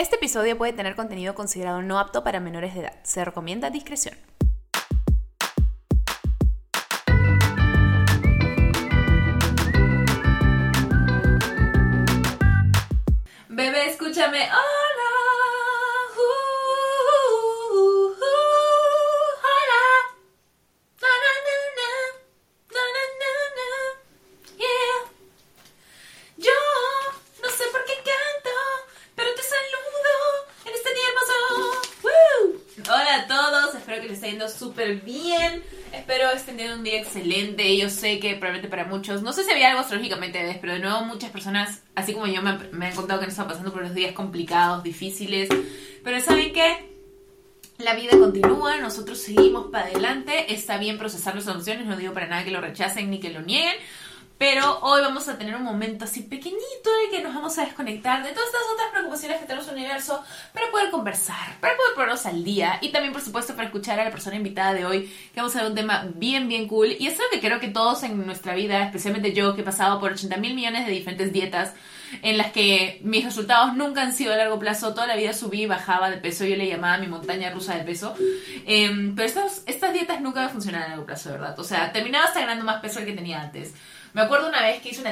Este episodio puede tener contenido considerado no apto para menores de edad. Se recomienda discreción. Bebé, escúchame. Hola. Hola. Na, na, na, na. Na, na, na, na. Yeah. Yo no sé por qué canto, pero te saludo en este día hermoso. ¡Woo! Hola a todos, espero que les esté yendo súper bien. Espero estén teniendo un día excelente. Yo sé que probablemente para muchos, no sé si había algo astrológicamente, pero de nuevo muchas personas, así como yo, me han contado que no están pasando por los días complicados, difíciles. Pero ¿saben qué? La vida continúa, nosotros seguimos para adelante. Está bien procesar las emociones, no digo para nada que lo rechacen ni que lo nieguen. Pero hoy vamos a tener un momento así pequeñito en el que nos vamos a desconectar de todas estas otras preocupaciones que tenemos en el universo para poder conversar, para poder ponernos al día y también, por supuesto, para escuchar a la persona invitada de hoy, que vamos a ver un tema bien, bien cool. Y es algo que creo que todos en nuestra vida, especialmente yo, que he pasado por 80.000 millones de diferentes dietas, en las que mis resultados nunca han sido a largo plazo, toda la vida subí y bajaba de peso, yo le llamaba mi montaña rusa del peso, pero estas dietas nunca me funcionaron a largo plazo, de verdad. O sea, terminaba hasta ganando más peso del que tenía antes. Me acuerdo una vez que hice una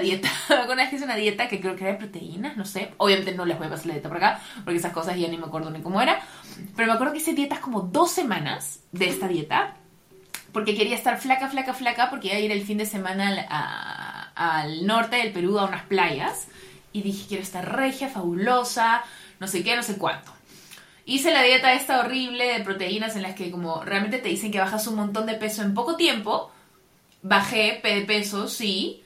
dieta, que creo que era de proteínas, no sé. Obviamente no les voy a pasar la dieta por acá, porque esas cosas ya ni me acuerdo ni cómo era. Pero me acuerdo que hice dietas como 2 semanas de esta dieta, porque quería estar flaca, porque iba a ir el fin de semana al norte del Perú a unas playas. Y dije, quiero estar regia, fabulosa, no sé qué, no sé cuánto. Hice la dieta esta horrible de proteínas en las que como realmente te dicen que bajas un montón de peso en poco tiempo. Bajé de peso, sí.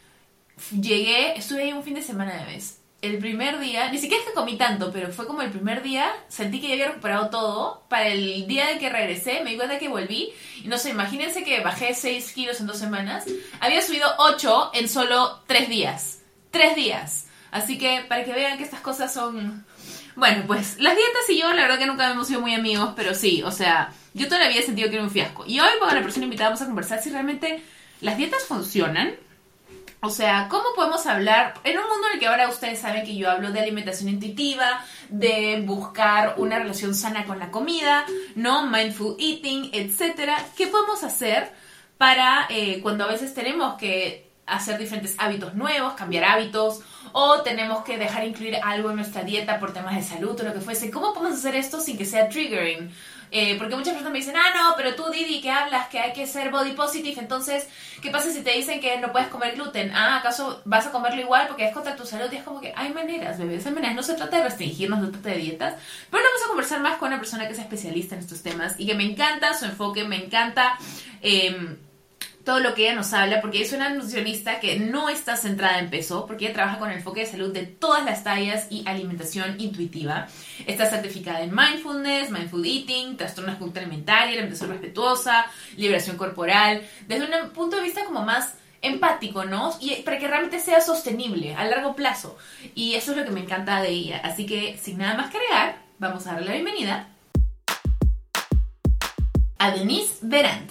Estuve ahí un fin de semana de vez. El primer día, ni siquiera es que comí tanto, pero fue como el primer día, sentí que ya había recuperado todo. Para el día de que regresé, me di cuenta que volví. Y no sé, imagínense que bajé 6 kilos en 2 semanas. Había subido 8 en solo 3 días. 3 días. Así que, para que vean que estas cosas son... Bueno, pues, las dietas y yo, la verdad que nunca hemos sido muy amigos, pero sí, o sea, yo toda la vida he sentido que era un fiasco. Y hoy, con la persona invitada, vamos a conversar si realmente... ¿las dietas funcionan? O sea, ¿cómo podemos hablar? En un mundo en el que ahora ustedes saben que yo hablo de alimentación intuitiva, de buscar una relación sana con la comida, ¿no? Mindful eating, etcétera. ¿Qué podemos hacer para cuando a veces tenemos que hacer diferentes hábitos nuevos, cambiar hábitos, o tenemos que dejar incluir algo en nuestra dieta por temas de salud o lo que fuese? ¿Cómo podemos hacer esto sin que sea triggering? Porque muchas personas me dicen, no, pero tú, Didi, ¿qué hablas? Que hay que ser body positive. Entonces, ¿qué pasa si te dicen que no puedes comer gluten? ¿Acaso vas a comerlo igual porque es contra tu salud? Y es como que hay maneras, bebés, hay maneras. No se trata de restringirnos, no se trata de dietas. Pero vamos a conversar más con una persona que es especialista en estos temas y que me encanta su enfoque, me encanta... todo lo que ella nos habla, porque es una nutricionista que no está centrada en peso, porque ella trabaja con el enfoque de salud de todas las tallas y alimentación intuitiva. Está certificada en mindfulness, mindful eating, trastornos de conducta alimentaria, alimentación respetuosa, liberación corporal, desde un punto de vista como más empático, ¿no? Y para que realmente sea sostenible a largo plazo. Y eso es lo que me encanta de ella. Así que, sin nada más que agregar, vamos a darle la bienvenida a Denise Berant.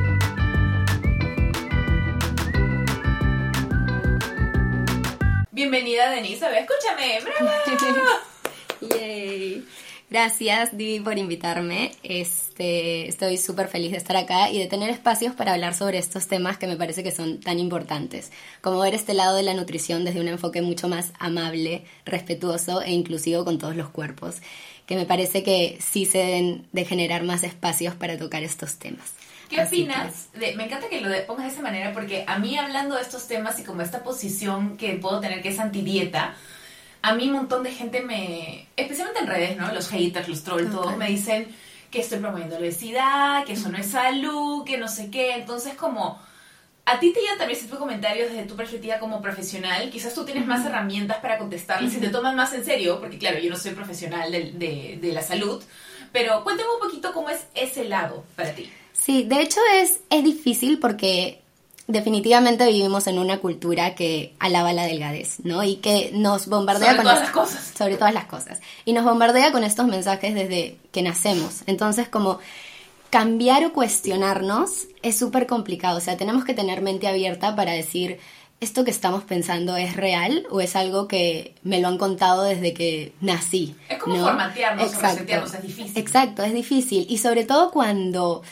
Bienvenida, Denise. A ver, escúchame. ¡Bravo! Yay. Gracias, Divi, por invitarme. Estoy súper feliz de estar acá y de tener espacios para hablar sobre estos temas que me parece que son tan importantes, como ver este lado de la nutrición desde un enfoque mucho más amable, respetuoso e inclusivo con todos los cuerpos, que me parece que sí se deben de generar más espacios para tocar estos temas. ¿Qué opinas? Me encanta que lo pongas de esa manera, porque a mí, hablando de estos temas y como esta posición que puedo tener que es antidieta, a mí un montón de gente especialmente en redes, ¿no? Los haters, los trolls, todos me dicen que estoy promoviendo la obesidad, que eso no es salud, que no sé qué. Entonces, como a ti te llegan también ese tipo de comentarios desde tu perspectiva como profesional, quizás tú tienes más herramientas para contestarles y te toman más en serio, porque claro, yo no soy profesional de la salud, pero cuéntame un poquito cómo es ese lado para ti. Sí, de hecho es difícil porque definitivamente vivimos en una cultura que alaba la delgadez, ¿no? Y que nos bombardea sobre todas las cosas. Y nos bombardea con estos mensajes desde que nacemos. Entonces, como cambiar o cuestionarnos es súper complicado. O sea, tenemos que tener mente abierta para decir ¿esto que estamos pensando es real o es algo que me lo han contado desde que nací? Es como ¿no? formatearnos o resetearnos, es difícil. Exacto, es difícil. Y sobre todo cuando,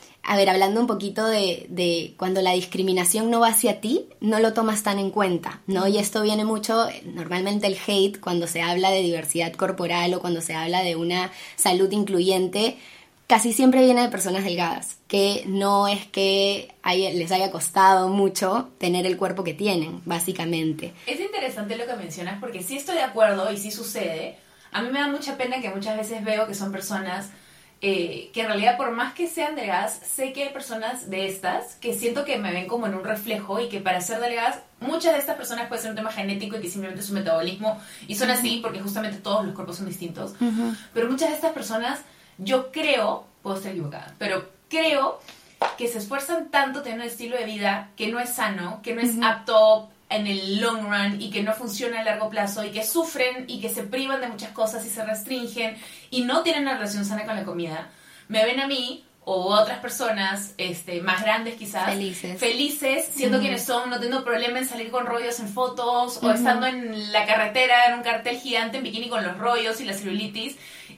a ver, hablando un poquito de cuando la discriminación no va hacia ti, no lo tomas tan en cuenta, ¿no? Y esto viene mucho, normalmente el hate, cuando se habla de diversidad corporal o cuando se habla de una salud incluyente, casi siempre viene de personas delgadas, que no es que les haya costado mucho tener el cuerpo que tienen, básicamente. Es interesante lo que mencionas porque sí estoy de acuerdo y sí sucede. A mí me da mucha pena que muchas veces veo que son personas que en realidad por más que sean delgadas, sé que hay personas de estas que siento que me ven como en un reflejo y que para ser delgadas, muchas de estas personas puede ser un tema genético y que simplemente es su metabolismo y son así porque justamente todos los cuerpos son distintos. Pero muchas de estas personas, yo creo, puedo estar equivocada, pero creo que se esfuerzan tanto teniendo un estilo de vida que no es sano, que no es apto en el long run y que no funciona a largo plazo y que sufren y que se privan de muchas cosas y se restringen y no tienen una relación sana con la comida. Me ven a mí o otras personas más grandes quizás, felices siendo quienes son, no teniendo problema en salir con rollos en fotos o estando en la carretera en un cartel gigante en bikini con los rollos y la celulitis.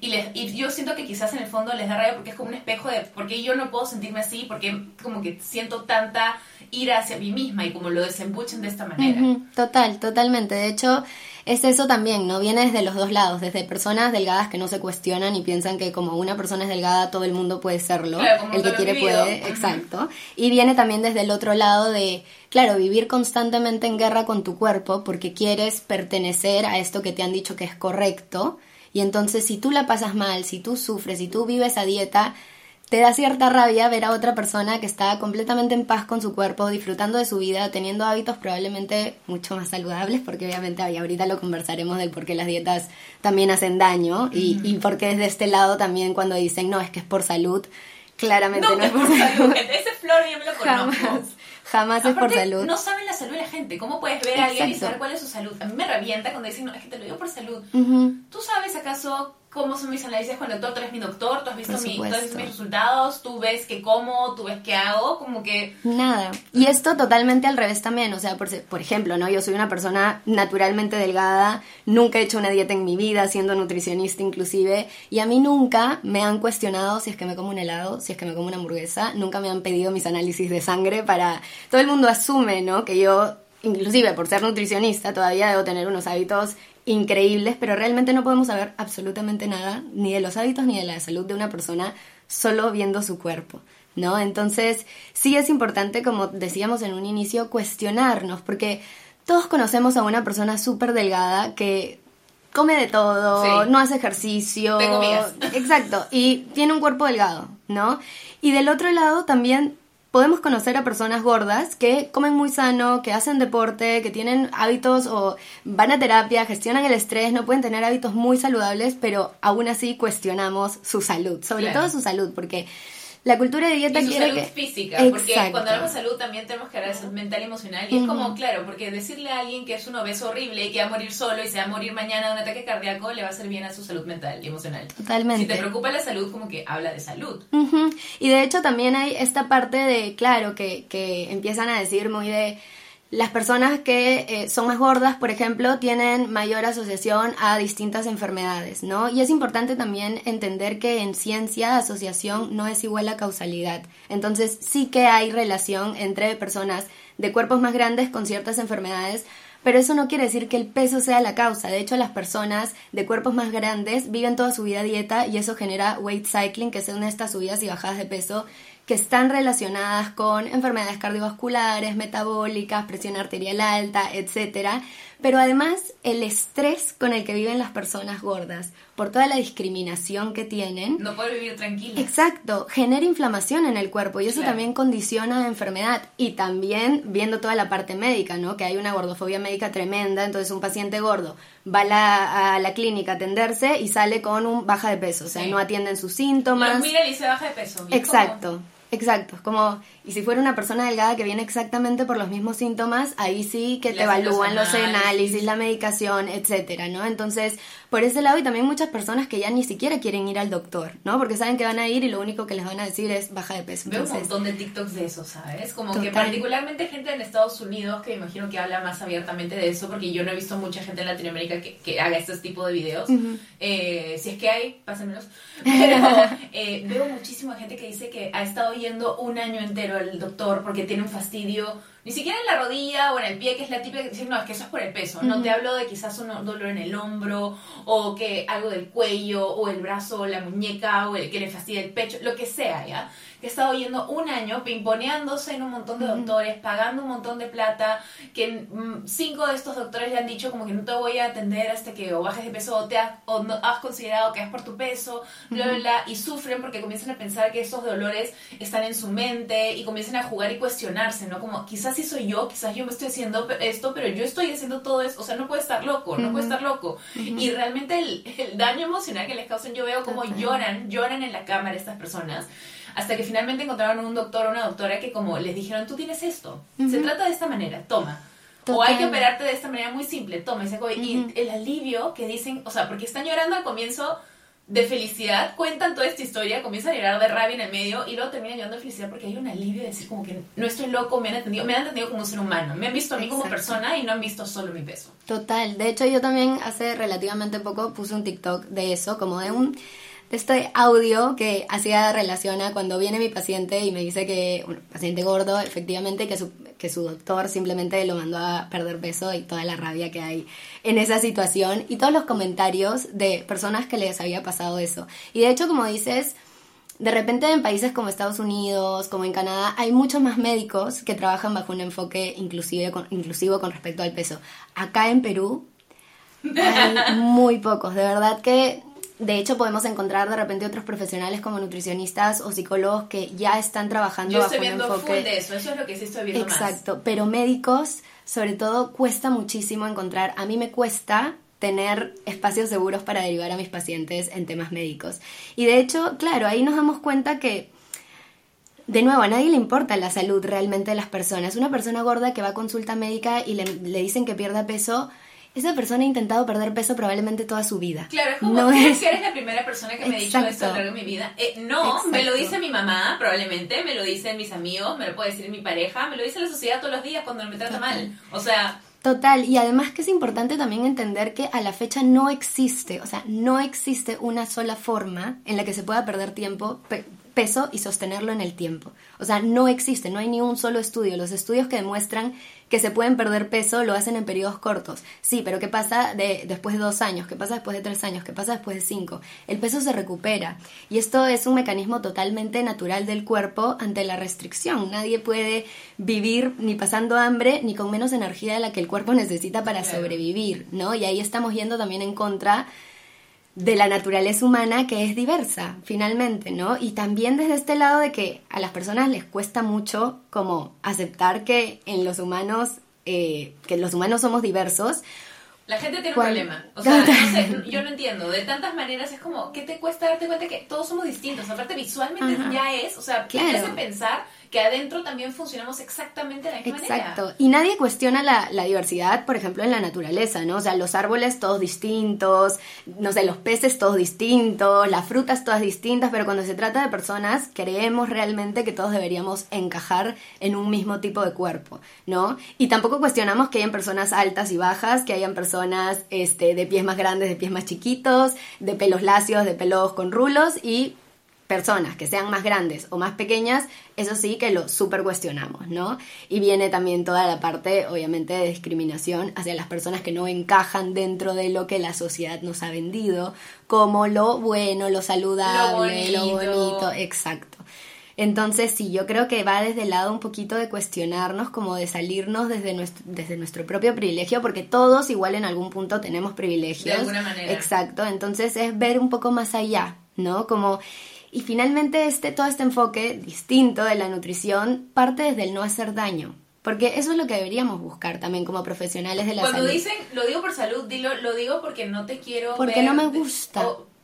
Y yo siento que quizás en el fondo les da rabia porque es como un espejo de por qué yo no puedo sentirme así, porque como que siento tanta ira hacia mí misma y como lo desembuchen de esta manera. Totalmente. De hecho, es eso también, ¿no? Viene desde los dos lados, desde personas delgadas que no se cuestionan y piensan que como una persona es delgada todo el mundo puede serlo, claro, el que quiere puede, exacto. Y viene también desde el otro lado de, claro, vivir constantemente en guerra con tu cuerpo porque quieres pertenecer a esto que te han dicho que es correcto. Y entonces si tú la pasas mal, si tú sufres, si tú vives a dieta, te da cierta rabia ver a otra persona que está completamente en paz con su cuerpo, disfrutando de su vida, teniendo hábitos probablemente mucho más saludables, porque obviamente ahorita lo conversaremos del por qué las dietas también hacen daño y por qué desde este lado también cuando dicen no, es que es por salud, claramente no es por salud. Ese flor yo me lo conozco. Jamás es por salud. No saben la salud de la gente. ¿Cómo puedes ver a alguien y saber cuál es su salud? A mí me revienta cuando dicen, no, es que te lo digo por salud. ¿Tú sabes acaso cómo son mis análisis con el doctor? Tú eres mi doctor, tú has visto mis resultados, tú ves qué como, tú ves qué hago, como que... Nada. Y esto totalmente al revés también. O sea, por ejemplo, ¿no? Yo soy una persona naturalmente delgada, nunca he hecho una dieta en mi vida, siendo nutricionista inclusive, y a mí nunca me han cuestionado si es que me como un helado, si es que me como una hamburguesa, nunca me han pedido mis análisis de sangre para... Todo el mundo asume, ¿no? Que yo, inclusive por ser nutricionista, todavía debo tener unos hábitos increíbles, pero realmente no podemos saber absolutamente nada, ni de los hábitos ni de la salud de una persona, solo viendo su cuerpo, ¿no? Entonces, sí es importante, como decíamos en un inicio, cuestionarnos, porque todos conocemos a una persona súper delgada que come de todo, no hace ejercicio, tengo migas. Exacto, y tiene un cuerpo delgado, ¿no? Y del otro lado también podemos conocer a personas gordas que comen muy sano, que hacen deporte, que tienen hábitos o van a terapia, gestionan el estrés, no pueden tener hábitos muy saludables, pero aún así cuestionamos su salud, sobre todo su salud, porque la cultura de dieta quiere salud que... física, porque cuando hablamos de salud también tenemos que hablar de salud mental y emocional, y es como, claro, porque decirle a alguien que es un obeso horrible y que va a morir solo y se va a morir mañana de un ataque cardíaco le va a hacer bien a su salud mental y emocional. Totalmente. Si te preocupa la salud, como que habla de salud. Y de hecho también hay esta parte de, claro, que empiezan a decir muy de... Las personas que son más gordas, por ejemplo, tienen mayor asociación a distintas enfermedades, ¿no? Y es importante también entender que en ciencia asociación no es igual a causalidad. Entonces sí que hay relación entre personas de cuerpos más grandes con ciertas enfermedades, pero eso no quiere decir que el peso sea la causa. De hecho, las personas de cuerpos más grandes viven toda su vida a dieta y eso genera weight cycling, que son estas subidas y bajadas de peso que están relacionadas con enfermedades cardiovasculares, metabólicas, presión arterial alta, etcétera. Pero además el estrés con el que viven las personas gordas, por toda la discriminación que tienen... No pueden vivir tranquilas. Exacto, genera inflamación en el cuerpo y eso también condiciona la enfermedad. Y también viendo toda la parte médica, ¿no? Que hay una gordofobia médica tremenda, entonces un paciente gordo va a la clínica a atenderse y sale con un baja de peso, o sea, no atienden sus síntomas. Los miran y se baja de peso. Exacto. Exacto, es como, y si fuera una persona delgada que viene exactamente por los mismos síntomas, ahí sí que te evalúan los análisis, la medicación, etcétera, ¿no? Entonces, por ese lado, y también muchas personas que ya ni siquiera quieren ir al doctor, ¿no? Porque saben que van a ir y lo único que les van a decir es baja de peso. Veo un montón de TikToks de eso, ¿sabes? Como total. que particularmente gente en Estados Unidos, que me imagino que habla más abiertamente de eso, porque yo no he visto mucha gente en Latinoamérica que haga este tipo de videos. Si es que hay, pásenmelos. Pero veo muchísima gente que dice que ha estado yendo un año entero al doctor porque tiene un fastidio, ni siquiera en la rodilla o en el pie, que es la típica que dicen, no, es que eso es por el peso. No te hablo de quizás un dolor en el hombro, o que algo del cuello, o el brazo, o la muñeca, o el que le fastidia el pecho, lo que sea, ¿ya? Que ha estado yendo un año pimponeándose en un montón de doctores, pagando un montón de plata, que 5 de estos doctores le han dicho como que no te voy a atender hasta que o bajes de peso o no, has considerado que es por tu peso, bla, bla, bla, y sufren porque comienzan a pensar que esos dolores están en su mente y comienzan a jugar y cuestionarse, ¿no? Como quizás sí soy yo, quizás yo me estoy haciendo esto, pero yo estoy haciendo todo esto, o sea, no puedo estar loco, no puedo estar loco. Y realmente el daño emocional que les causan, yo veo como lloran en la cámara estas personas, hasta que finalmente encontraron un doctor o una doctora que como les dijeron, tú tienes esto, se trata de esta manera, toma. O hay que operarte de esta manera muy simple, toma. Y el alivio que dicen, o sea, porque están llorando al comienzo de felicidad, cuentan toda esta historia, comienzan a llorar de rabia en el medio y luego terminan llorando de felicidad porque hay un alivio de decir como que no estoy loco, me han entendido como un ser humano, me han visto a mí como persona y no han visto solo mi peso. Total, de hecho yo también hace relativamente poco puse un TikTok de eso, como de este audio que hacía relación a cuando viene mi paciente y me dice que, bueno, paciente gordo, efectivamente, que su doctor simplemente lo mandó a perder peso y toda la rabia que hay en esa situación y todos los comentarios de personas que les había pasado eso. Y de hecho, como dices, de repente en países como Estados Unidos, como en Canadá, hay muchos más médicos que trabajan bajo un enfoque inclusivo con respecto al peso. Acá en Perú hay muy pocos, de verdad que... De hecho, podemos encontrar de repente otros profesionales como nutricionistas o psicólogos que ya están trabajando bajo un enfoque... Yo estoy viendo full de eso es lo que sí estoy viendo más. Exacto, pero médicos, sobre todo, cuesta muchísimo encontrar. A mí me cuesta tener espacios seguros para derivar a mis pacientes en temas médicos. Y de hecho, claro, ahí nos damos cuenta que, de nuevo, a nadie le importa la salud realmente de las personas. Una persona gorda que va a consulta médica y le dicen que pierda peso... Esa persona ha intentado perder peso probablemente toda su vida. Claro, es como, no es que eres la primera persona que me ha dicho esto a lo largo de mi vida. No, me lo dice mi mamá, probablemente, me lo dicen mis amigos, me lo puede decir mi pareja, me lo dice la sociedad todos los días cuando me trata mal. O sea... Total, y además que es importante también entender que a la fecha no existe una sola forma en la que se pueda perder peso y sostenerlo en el tiempo. O sea, no existe, no hay ni un solo estudio. Los estudios que demuestran que se pueden perder peso lo hacen en periodos cortos. Sí, pero ¿qué pasa después de 2 años? ¿Qué pasa después de 3 años? ¿Qué pasa después de 5? El peso se recupera. Y esto es un mecanismo totalmente natural del cuerpo ante la restricción. Nadie puede vivir ni pasando hambre ni con menos energía de la que el cuerpo necesita para sobrevivir, ¿no? Y ahí estamos yendo también en contra de la naturaleza humana, que es diversa, finalmente, ¿no? Y también desde este lado de que a las personas les cuesta mucho como aceptar que en los humanos, que los humanos somos diversos. La gente tiene un problema. O sea, no sé, yo no entiendo. De tantas maneras es como, ¿qué te cuesta darte cuenta que todos somos distintos? Aparte, visualmente ya es, o sea, te hace pensar que adentro también funcionamos exactamente de la misma manera. Exacto. Y nadie cuestiona la diversidad, por ejemplo, en la naturaleza, ¿no? O sea, los árboles todos distintos, no sé, los peces todos distintos, las frutas todas distintas, pero cuando se trata de personas, creemos realmente que todos deberíamos encajar en un mismo tipo de cuerpo, ¿no? Y tampoco cuestionamos que hayan personas altas y bajas, que hayan personas de pies más grandes, de pies más chiquitos, de pelos lacios, de pelos con rulos y personas que sean más grandes o más pequeñas, eso sí que lo súper cuestionamos, ¿no? Y viene también toda la parte, obviamente, de discriminación hacia las personas que no encajan dentro de lo que la sociedad nos ha vendido, como lo bueno, lo saludable, lo bonito, exacto. Entonces, sí, yo creo que va desde el lado un poquito de cuestionarnos, como de salirnos desde nuestro propio privilegio, porque todos igual en algún punto tenemos privilegios. De alguna manera. Exacto, entonces es ver un poco más allá, ¿no? Como... Y finalmente todo este enfoque distinto de la nutrición parte desde el no hacer daño. Porque eso es lo que deberíamos buscar también como profesionales de la salud. Cuando dicen, lo digo por salud, lo digo porque no te quiero porque ver, no me gusta.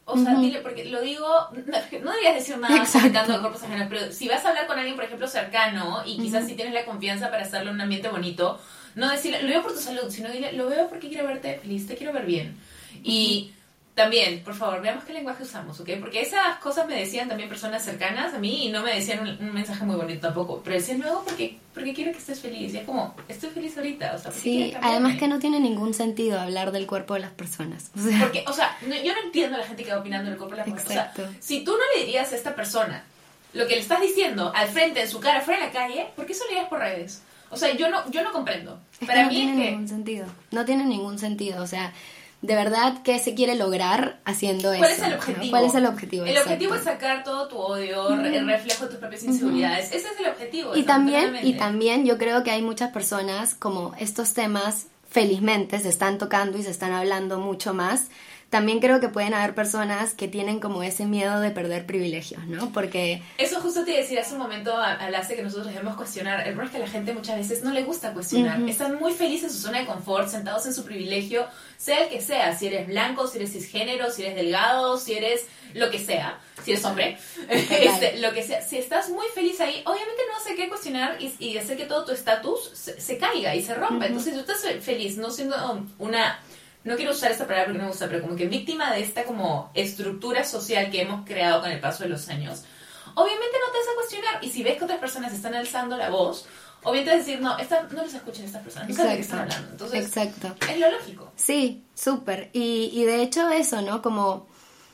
O sea, dile, porque lo digo, no deberías decir nada comentando de cuerpos ajenos, pero si vas a hablar con alguien, por ejemplo, cercano, y quizás si tienes la confianza para hacerlo en un ambiente bonito, no decirle, lo veo por tu salud, sino dile, lo veo porque quiero verte feliz, te quiero ver bien. Y también, por favor, veamos qué lenguaje usamos, ¿ok? Porque esas cosas me decían también personas cercanas a mí y no me decían un mensaje muy bonito tampoco, pero decían, no, porque quiero que estés feliz. Y es como, estoy feliz ahorita, o sea, ¿por qué quieres cambiarme? Además que no tiene ningún sentido hablar del cuerpo de las personas. Porque, yo no entiendo a la gente que va opinando del cuerpo de las personas. O sea, si tú no le dirías a esta persona lo que le estás diciendo al frente, en su cara, fuera en la calle, ¿por qué eso le dirías por redes? O sea, yo no comprendo. Para mí no tiene ningún sentido. No tiene ningún sentido, o sea, de verdad, ¿qué se quiere lograr haciendo eso? ¿Cuál es el objetivo? ¿No? ¿Cuál es el objetivo? El objetivo es sacar todo tu odio, el reflejo de tus propias inseguridades. Ese es el objetivo. Y también yo creo que hay muchas personas, como estos temas felizmente se están tocando y se están hablando mucho más. También creo que pueden haber personas que tienen como ese miedo de perder privilegios, ¿no? Porque... Eso justo te decía hace un momento, hablaste que nosotros debemos cuestionar. El problema es que a la gente muchas veces no le gusta cuestionar. Están muy felices en su zona de confort, sentados en su privilegio, sea el que sea. Si eres blanco, si eres cisgénero, si eres delgado, si eres lo que sea. Si eres hombre, lo que sea. Si estás muy feliz ahí, obviamente no vas a querer cuestionar y hacer que todo tu estatus se caiga y se rompa. Entonces, si tú estás feliz, no siendo una... No quiero usar esta palabra porque no me gusta, pero como que víctima de esta como estructura social que hemos creado con el paso de los años, obviamente no te vas a cuestionar. Y si ves que otras personas están alzando la voz, obviamente vas a decir, no les escuchen a estas personas, no saben de qué están hablando. Entonces, es lo lógico. Sí, súper. Y de hecho eso, ¿no? Como...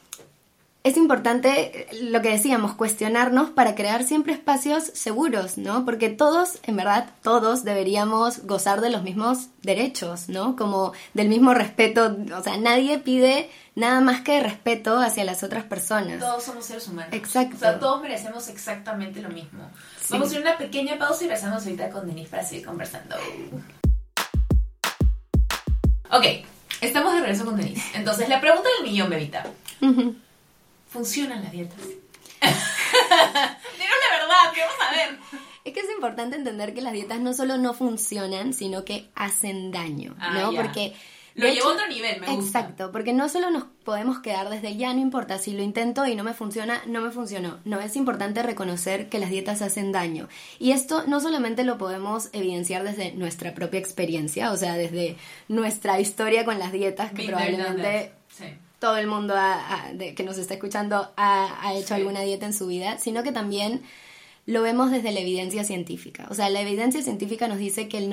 Es importante lo que decíamos, cuestionarnos para crear siempre espacios seguros, ¿no? Porque todos, en verdad, todos deberíamos gozar de los mismos derechos, ¿no? Como del mismo respeto, o sea, nadie pide nada más que respeto hacia las otras personas. Todos somos seres humanos. Exacto. O sea, todos merecemos exactamente lo mismo. Sí. Vamos a ir a una pequeña pausa y regresamos ahorita con Denise para seguir conversando. Ok, estamos de regreso con Denise. Entonces, la pregunta del millón, bebita. ¿Funcionan las dietas? Dinos la verdad, que vamos a ver. Es que es importante entender que las dietas no solo no funcionan, sino que hacen daño, ¿no? Ya. Porque lo llevo a otro nivel, me gusta. Exacto, porque no solo nos podemos quedar desde ya, no importa, si lo intento y no me funciona, no me funcionó. No, es importante reconocer que las dietas hacen daño. Y esto no solamente lo podemos evidenciar desde nuestra propia experiencia, o sea, desde nuestra historia con las dietas, que probablemente... todo el mundo que nos está escuchando ha hecho alguna dieta en su vida, sino que también lo vemos desde la evidencia científica. O sea, la evidencia científica nos dice que el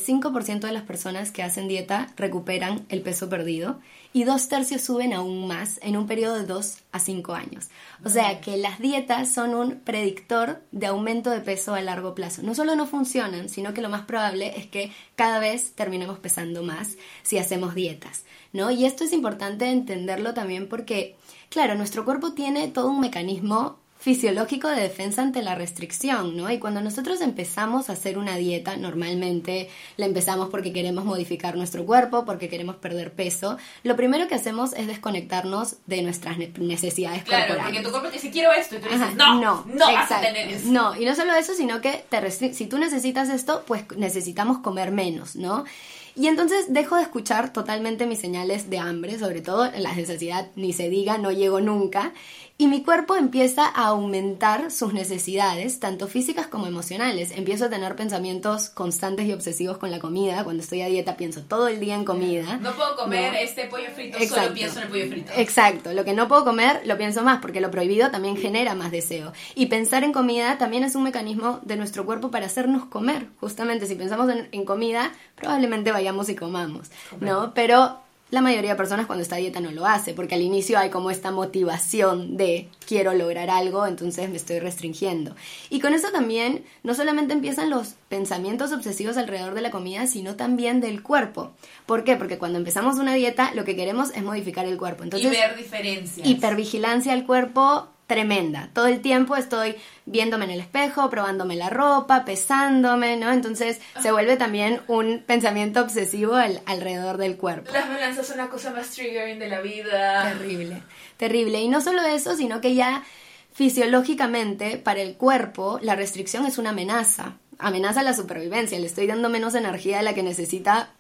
95% de las personas que hacen dieta recuperan el peso perdido y 2/3 suben aún más en un periodo de 2 a 5 años. O sea, que las dietas son un predictor de aumento de peso a largo plazo. No solo no funcionan, sino que lo más probable es que cada vez terminemos pesando más si hacemos dietas, ¿no? Y esto es importante entenderlo también porque, claro, nuestro cuerpo tiene todo un mecanismo fisiológico de defensa ante la restricción, ¿no? Y cuando nosotros empezamos a hacer una dieta, normalmente la empezamos porque queremos modificar nuestro cuerpo, porque queremos perder peso, lo primero que hacemos es desconectarnos de nuestras necesidades corporales. Claro, porque tu cuerpo te dice, quiero esto, y tú dices, no vas a tener eso. No, y no solo eso, sino que si tú necesitas esto, pues necesitamos comer menos, ¿no? Y entonces dejo de escuchar totalmente mis señales de hambre, sobre todo la necesidad, ni se diga, no llego nunca, y mi cuerpo empieza a aumentar sus necesidades, tanto físicas como emocionales. Empiezo a tener pensamientos constantes y obsesivos con la comida. Cuando estoy a dieta pienso todo el día en comida. No puedo comer este pollo frito, solo pienso en el pollo frito. Exacto, lo que no puedo comer lo pienso más, porque lo prohibido también genera más deseo. Y pensar en comida también es un mecanismo de nuestro cuerpo para hacernos comer. Justamente, si pensamos en comida, probablemente vayamos y comamos, ¿no? Pero la mayoría de personas cuando está a dieta no lo hace, porque al inicio hay como esta motivación de quiero lograr algo, entonces me estoy restringiendo. Y con eso también no solamente empiezan los pensamientos obsesivos alrededor de la comida, sino también del cuerpo. ¿Por qué? Porque cuando empezamos una dieta lo que queremos es modificar el cuerpo. Entonces, y ver diferencias. Hipervigilancia al cuerpo tremenda. Todo el tiempo estoy viéndome en el espejo, probándome la ropa, pesándome, ¿no? Entonces se vuelve también un pensamiento obsesivo alrededor del cuerpo. Las balanzas son la cosa más triggering de la vida. Terrible, terrible. Y no solo eso, sino que ya fisiológicamente para el cuerpo la restricción es una amenaza. Amenaza a la supervivencia. Le estoy dando menos energía de la que necesita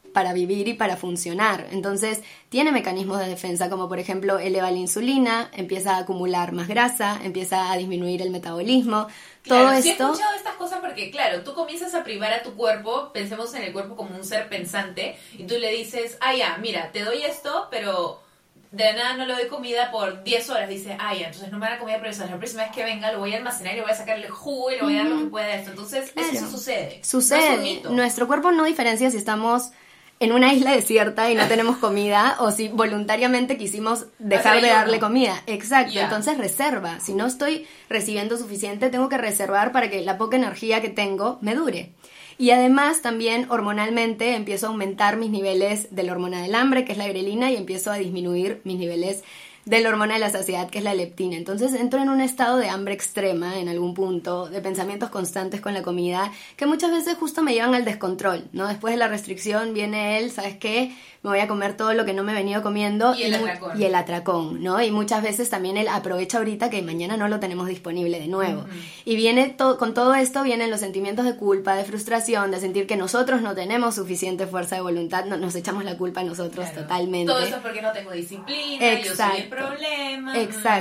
para vivir y para funcionar. Entonces, tiene mecanismos de defensa, como por ejemplo, eleva la insulina, empieza a acumular más grasa, empieza a disminuir el metabolismo. Claro, Todo sí he esto... escuchado estas cosas porque, claro, tú comienzas a privar a tu cuerpo, pensemos en el cuerpo como un ser pensante, y tú le dices, ya, mira, te doy esto, pero de la nada no le doy comida por 10 horas. Dice, ya, entonces no me da comida por 10 horas. La próxima vez que venga lo voy a almacenar y le voy a sacarle jugo y le voy a dar lo que pueda de esto. Entonces, Claro. eso sí sucede. Sucede. No es un mito. Nuestro cuerpo no diferencia si estamos en una isla desierta y no tenemos comida o si voluntariamente quisimos dejar Hacer de darle ayuno. comida. Exacto. Ya. Entonces reserva. Si no estoy recibiendo suficiente, tengo que reservar para que la poca energía que tengo me dure. Y además también hormonalmente empiezo a aumentar mis niveles de la hormona del hambre, que es la grelina, y empiezo a disminuir mis niveles de la hormona de la saciedad, que es la leptina. Entonces entro en un estado de hambre extrema en algún punto, de pensamientos constantes con la comida, que muchas veces justo me llevan al descontrol, ¿no? Después de la restricción viene el, ¿sabes qué? Me voy a comer todo lo que no me he venido comiendo. Y el atracón. Y el atracón, ¿no? Y muchas veces también el aprovecha ahorita que mañana no lo tenemos disponible de nuevo. Y viene con todo esto vienen los sentimientos de culpa, de frustración, de sentir que nosotros no tenemos suficiente fuerza de voluntad, nos echamos la culpa a nosotros Claro. totalmente. Todo eso es porque no tengo disciplina, yo soy el problema.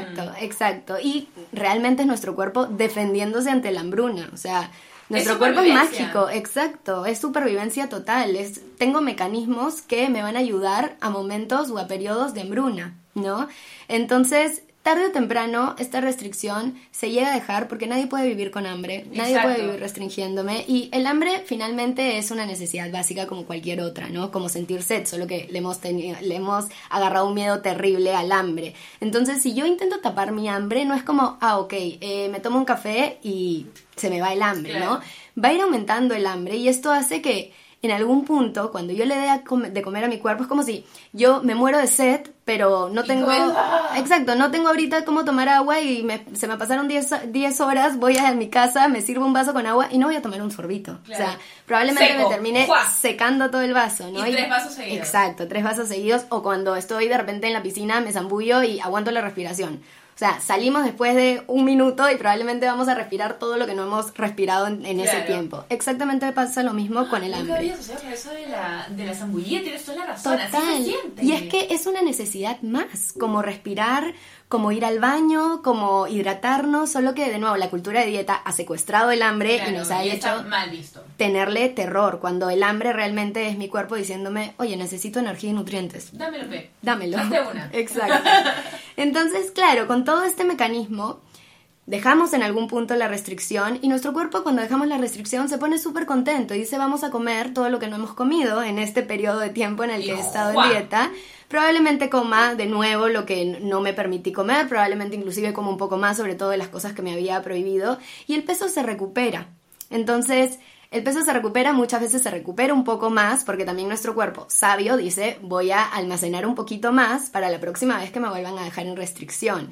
Exacto. Y realmente es nuestro cuerpo defendiéndose ante la hambruna. O sea, nuestro Es cuerpo es supervivencia. mágico, exacto. Es supervivencia total. Tengo mecanismos que me van a ayudar a momentos o a periodos de hambruna, ¿no? Entonces, tarde o temprano, esta restricción se llega a dejar porque nadie puede vivir con hambre, nadie Exacto. puede vivir restringiéndome, y el hambre finalmente es una necesidad básica como cualquier otra, ¿no? Como sentir sed, solo que le hemos agarrado un miedo terrible al hambre. Entonces, si yo intento tapar mi hambre, no es como, ok, me tomo un café y se me va el hambre, Claro. ¿no? Va a ir aumentando el hambre, y esto hace que en algún punto, cuando yo le dé de comer a mi cuerpo, es como si yo me muero de sed, pero no Y tengo... comes, Exacto, no tengo ahorita cómo tomar agua y se me pasaron 10 horas, voy a mi casa, me sirvo un vaso con agua y no voy a tomar un sorbito. Claro. O sea, probablemente Seco. me termine ¡Fua! secando todo el vaso, ¿no? Y 3 vasos seguidos. Exacto, 3 vasos seguidos, o cuando estoy de repente en la piscina, me zambullo y aguanto la respiración. O sea, salimos después de un minuto y probablemente vamos a respirar todo lo que no hemos respirado en ese Claro. tiempo. Exactamente pasa lo mismo con el Nunca hambre. había asociado con eso de la zambullida, tienes toda la razón, así Total. se siente. Y es que es una necesidad más, como respirar, como ir al baño, como hidratarnos, solo que de nuevo la cultura de dieta ha secuestrado el hambre Claro, y nos ha está hecho mal visto. tenerle terror, cuando el hambre realmente es mi cuerpo diciéndome, oye, necesito energía y nutrientes. Dámelo, P. Dámelo. Hazte una. Exacto. Entonces, claro, con todo este mecanismo, dejamos en algún punto la restricción y nuestro cuerpo cuando dejamos la restricción se pone súper contento y dice vamos a comer todo lo que no hemos comido en este periodo de tiempo en el que he estado ¡Jua! en dieta. Probablemente coma de nuevo lo que no me permití comer, probablemente inclusive como un poco más, sobre todo de las cosas que me había prohibido, y el peso se recupera. Entonces, el peso se recupera, muchas veces se recupera un poco más, porque también nuestro cuerpo sabio dice, voy a almacenar un poquito más para la próxima vez que me vuelvan a dejar en restricción.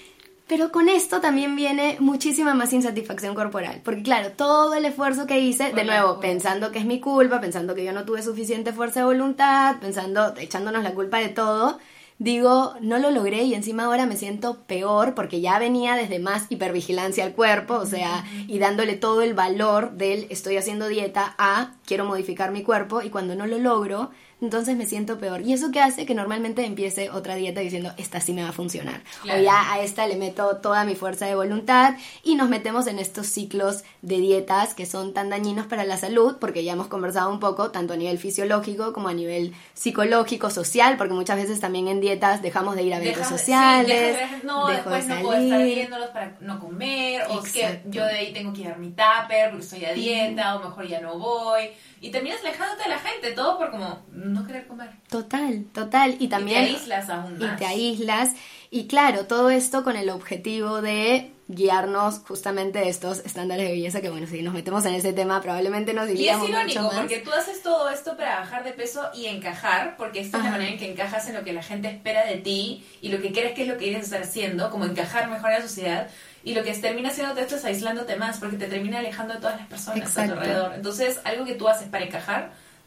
Pero con esto también viene muchísima más insatisfacción corporal, porque claro, todo el esfuerzo que hice, de Por la nuevo, culpa. pensando que es mi culpa, pensando que yo no tuve suficiente fuerza de voluntad, echándonos la culpa de todo, digo, no lo logré y encima ahora me siento peor porque ya venía desde más hipervigilancia al cuerpo, o sea, y dándole todo el valor del estoy haciendo dieta a quiero modificar mi cuerpo, y cuando no lo logro, entonces me siento peor. Y eso que hace que normalmente empiece otra dieta diciendo, esta sí me va a funcionar. Claro. O ya a esta le meto toda mi fuerza de voluntad, y nos metemos en estos ciclos de dietas que son tan dañinos para la salud, porque ya hemos conversado un poco, tanto a nivel fisiológico como a nivel psicológico, social, porque muchas veces también en dietas dejamos de ir a eventos sociales, no, dejo después de no puedo estar salir. viéndolos para no comer, o es que Exacto. yo de ahí tengo que llevar mi tupper porque estoy a dieta, o mejor ya no voy, y terminas alejándote de la gente, todo por como no querer comer. Total. Y también... Y te aíslas aún más. Y te aíslas. Y claro, todo esto con el objetivo de guiarnos justamente de estos estándares de belleza que, bueno, si nos metemos en ese tema probablemente nos Y es diríamos mucho irónico más. porque tú haces todo esto para bajar de peso y encajar, porque esta es la Ajá. manera en que encajas en lo que la gente espera de ti y lo que crees que es lo que quieres estar haciendo, como encajar mejor en la sociedad, y lo que termina haciendo esto es aislándote más porque te termina alejando de todas las personas a Exacto. tu alrededor. Entonces, algo que tú haces para encajar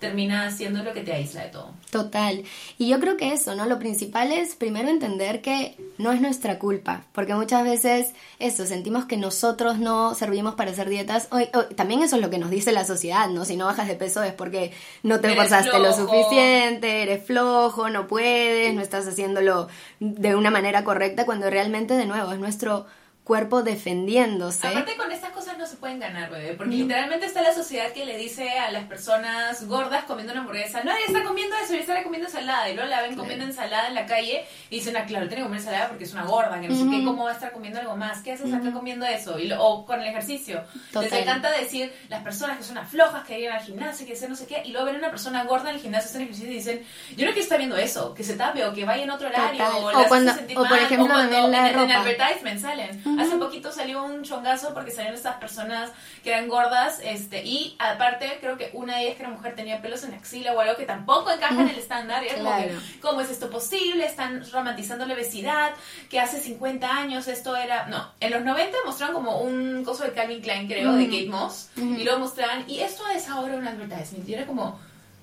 termina siendo lo que te aísla de todo. Total. Y yo creo que eso, ¿no? Lo principal es primero entender que no es nuestra culpa, porque muchas veces eso, sentimos que nosotros no servimos para hacer dietas. También eso es lo que nos dice la sociedad, ¿no? Si no bajas de peso es porque no te esforzaste lo suficiente, eres flojo, no puedes, no estás haciéndolo de una manera correcta, cuando realmente, de nuevo, es nuestro cuerpo defendiéndose. Aparte, con estas cosas no se pueden ganar, bebé, porque literalmente está la sociedad que le dice a las personas gordas comiendo una hamburguesa, no, ella está comiendo eso, ella está comiendo ensalada, y luego la ven comiendo ensalada en la calle y dicen, claro, tiene que comer ensalada porque es una gorda, que no sé qué, ¿cómo va a estar comiendo algo más? ¿Qué haces acá comiendo eso? O con el ejercicio. Total. Les encanta decir las personas que son unas flojas, que ir al gimnasio, que hacer no sé qué, y luego ven a una persona gorda en el gimnasio, hacer ejercicio y dicen, yo no quiero estar viendo eso, que se tape o que vaya en otro horario, o cuando, o por ejemplo, cuando la en ropa. advertisement salen. Hace poquito salió un chongazo porque salieron estas personas que eran gordas, y aparte creo que una de ellas que era mujer tenía pelos en la axila o algo que tampoco encaja en el estándar. Y era como que, ¿cómo es esto posible? Están romantizando la obesidad, que hace 50 años esto era... No, en los 90 mostraron como un coso de Calvin Klein, creo, de Kate Moss, y luego mostraban, y esto es ahora un advertisement, y era como...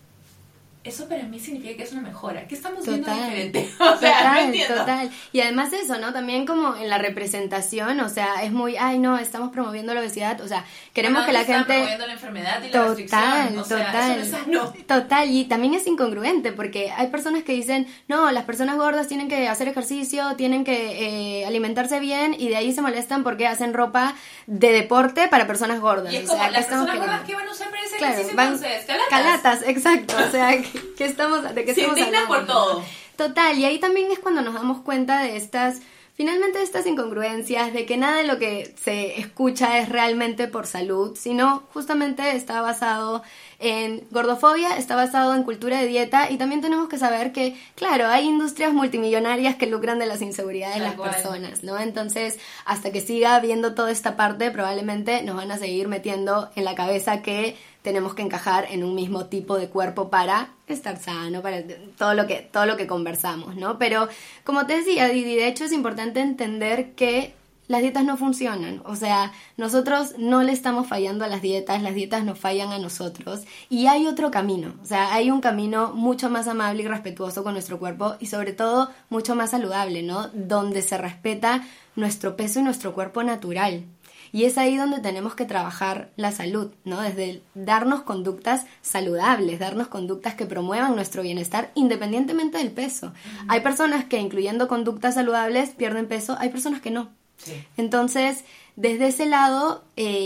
Eso para mí significa que es una mejora. ¿Qué estamos viendo diferente? O sea, no entiendo. Total. Y además de eso, ¿no? También como en la representación, o sea, es muy, ay, no, estamos promoviendo la obesidad, o sea, queremos que la gente... promoviendo la enfermedad y la restricción. O sea, eso no es sano. Total, y también es incongruente, porque hay personas que dicen, no, las personas gordas tienen que hacer ejercicio, tienen que alimentarse bien, y de ahí se molestan porque hacen ropa de deporte para personas gordas. Y es como, las personas gordas que van a usar para ese ejercicio, entonces, calatas, exacto, o sea... ¿De qué estamos hablando? Se indignan por todo. Total, y ahí también es cuando nos damos cuenta de finalmente estas incongruencias, de que nada de lo que se escucha es realmente por salud, sino justamente está basado en gordofobia, está basado en cultura de dieta, y también tenemos que saber que, claro, hay industrias multimillonarias que lucran de las inseguridades de las personas, ¿no? Entonces, hasta que siga viendo toda esta parte, probablemente nos van a seguir metiendo en la cabeza que tenemos que encajar en un mismo tipo de cuerpo para estar sano, para todo lo que conversamos, ¿no? Pero, como te decía, Didi, de hecho es importante entender que las dietas no funcionan, o sea, nosotros no le estamos fallando a las dietas nos fallan a nosotros, y hay otro camino, o sea, hay un camino mucho más amable y respetuoso con nuestro cuerpo, y sobre todo mucho más saludable, ¿no? Donde se respeta nuestro peso y nuestro cuerpo natural. Y es ahí donde tenemos que trabajar la salud, ¿no? Desde darnos conductas saludables, darnos conductas que promuevan nuestro bienestar independientemente del peso. Hay personas que, incluyendo conductas saludables, pierden peso, hay personas que no. Sí. Entonces, desde ese lado,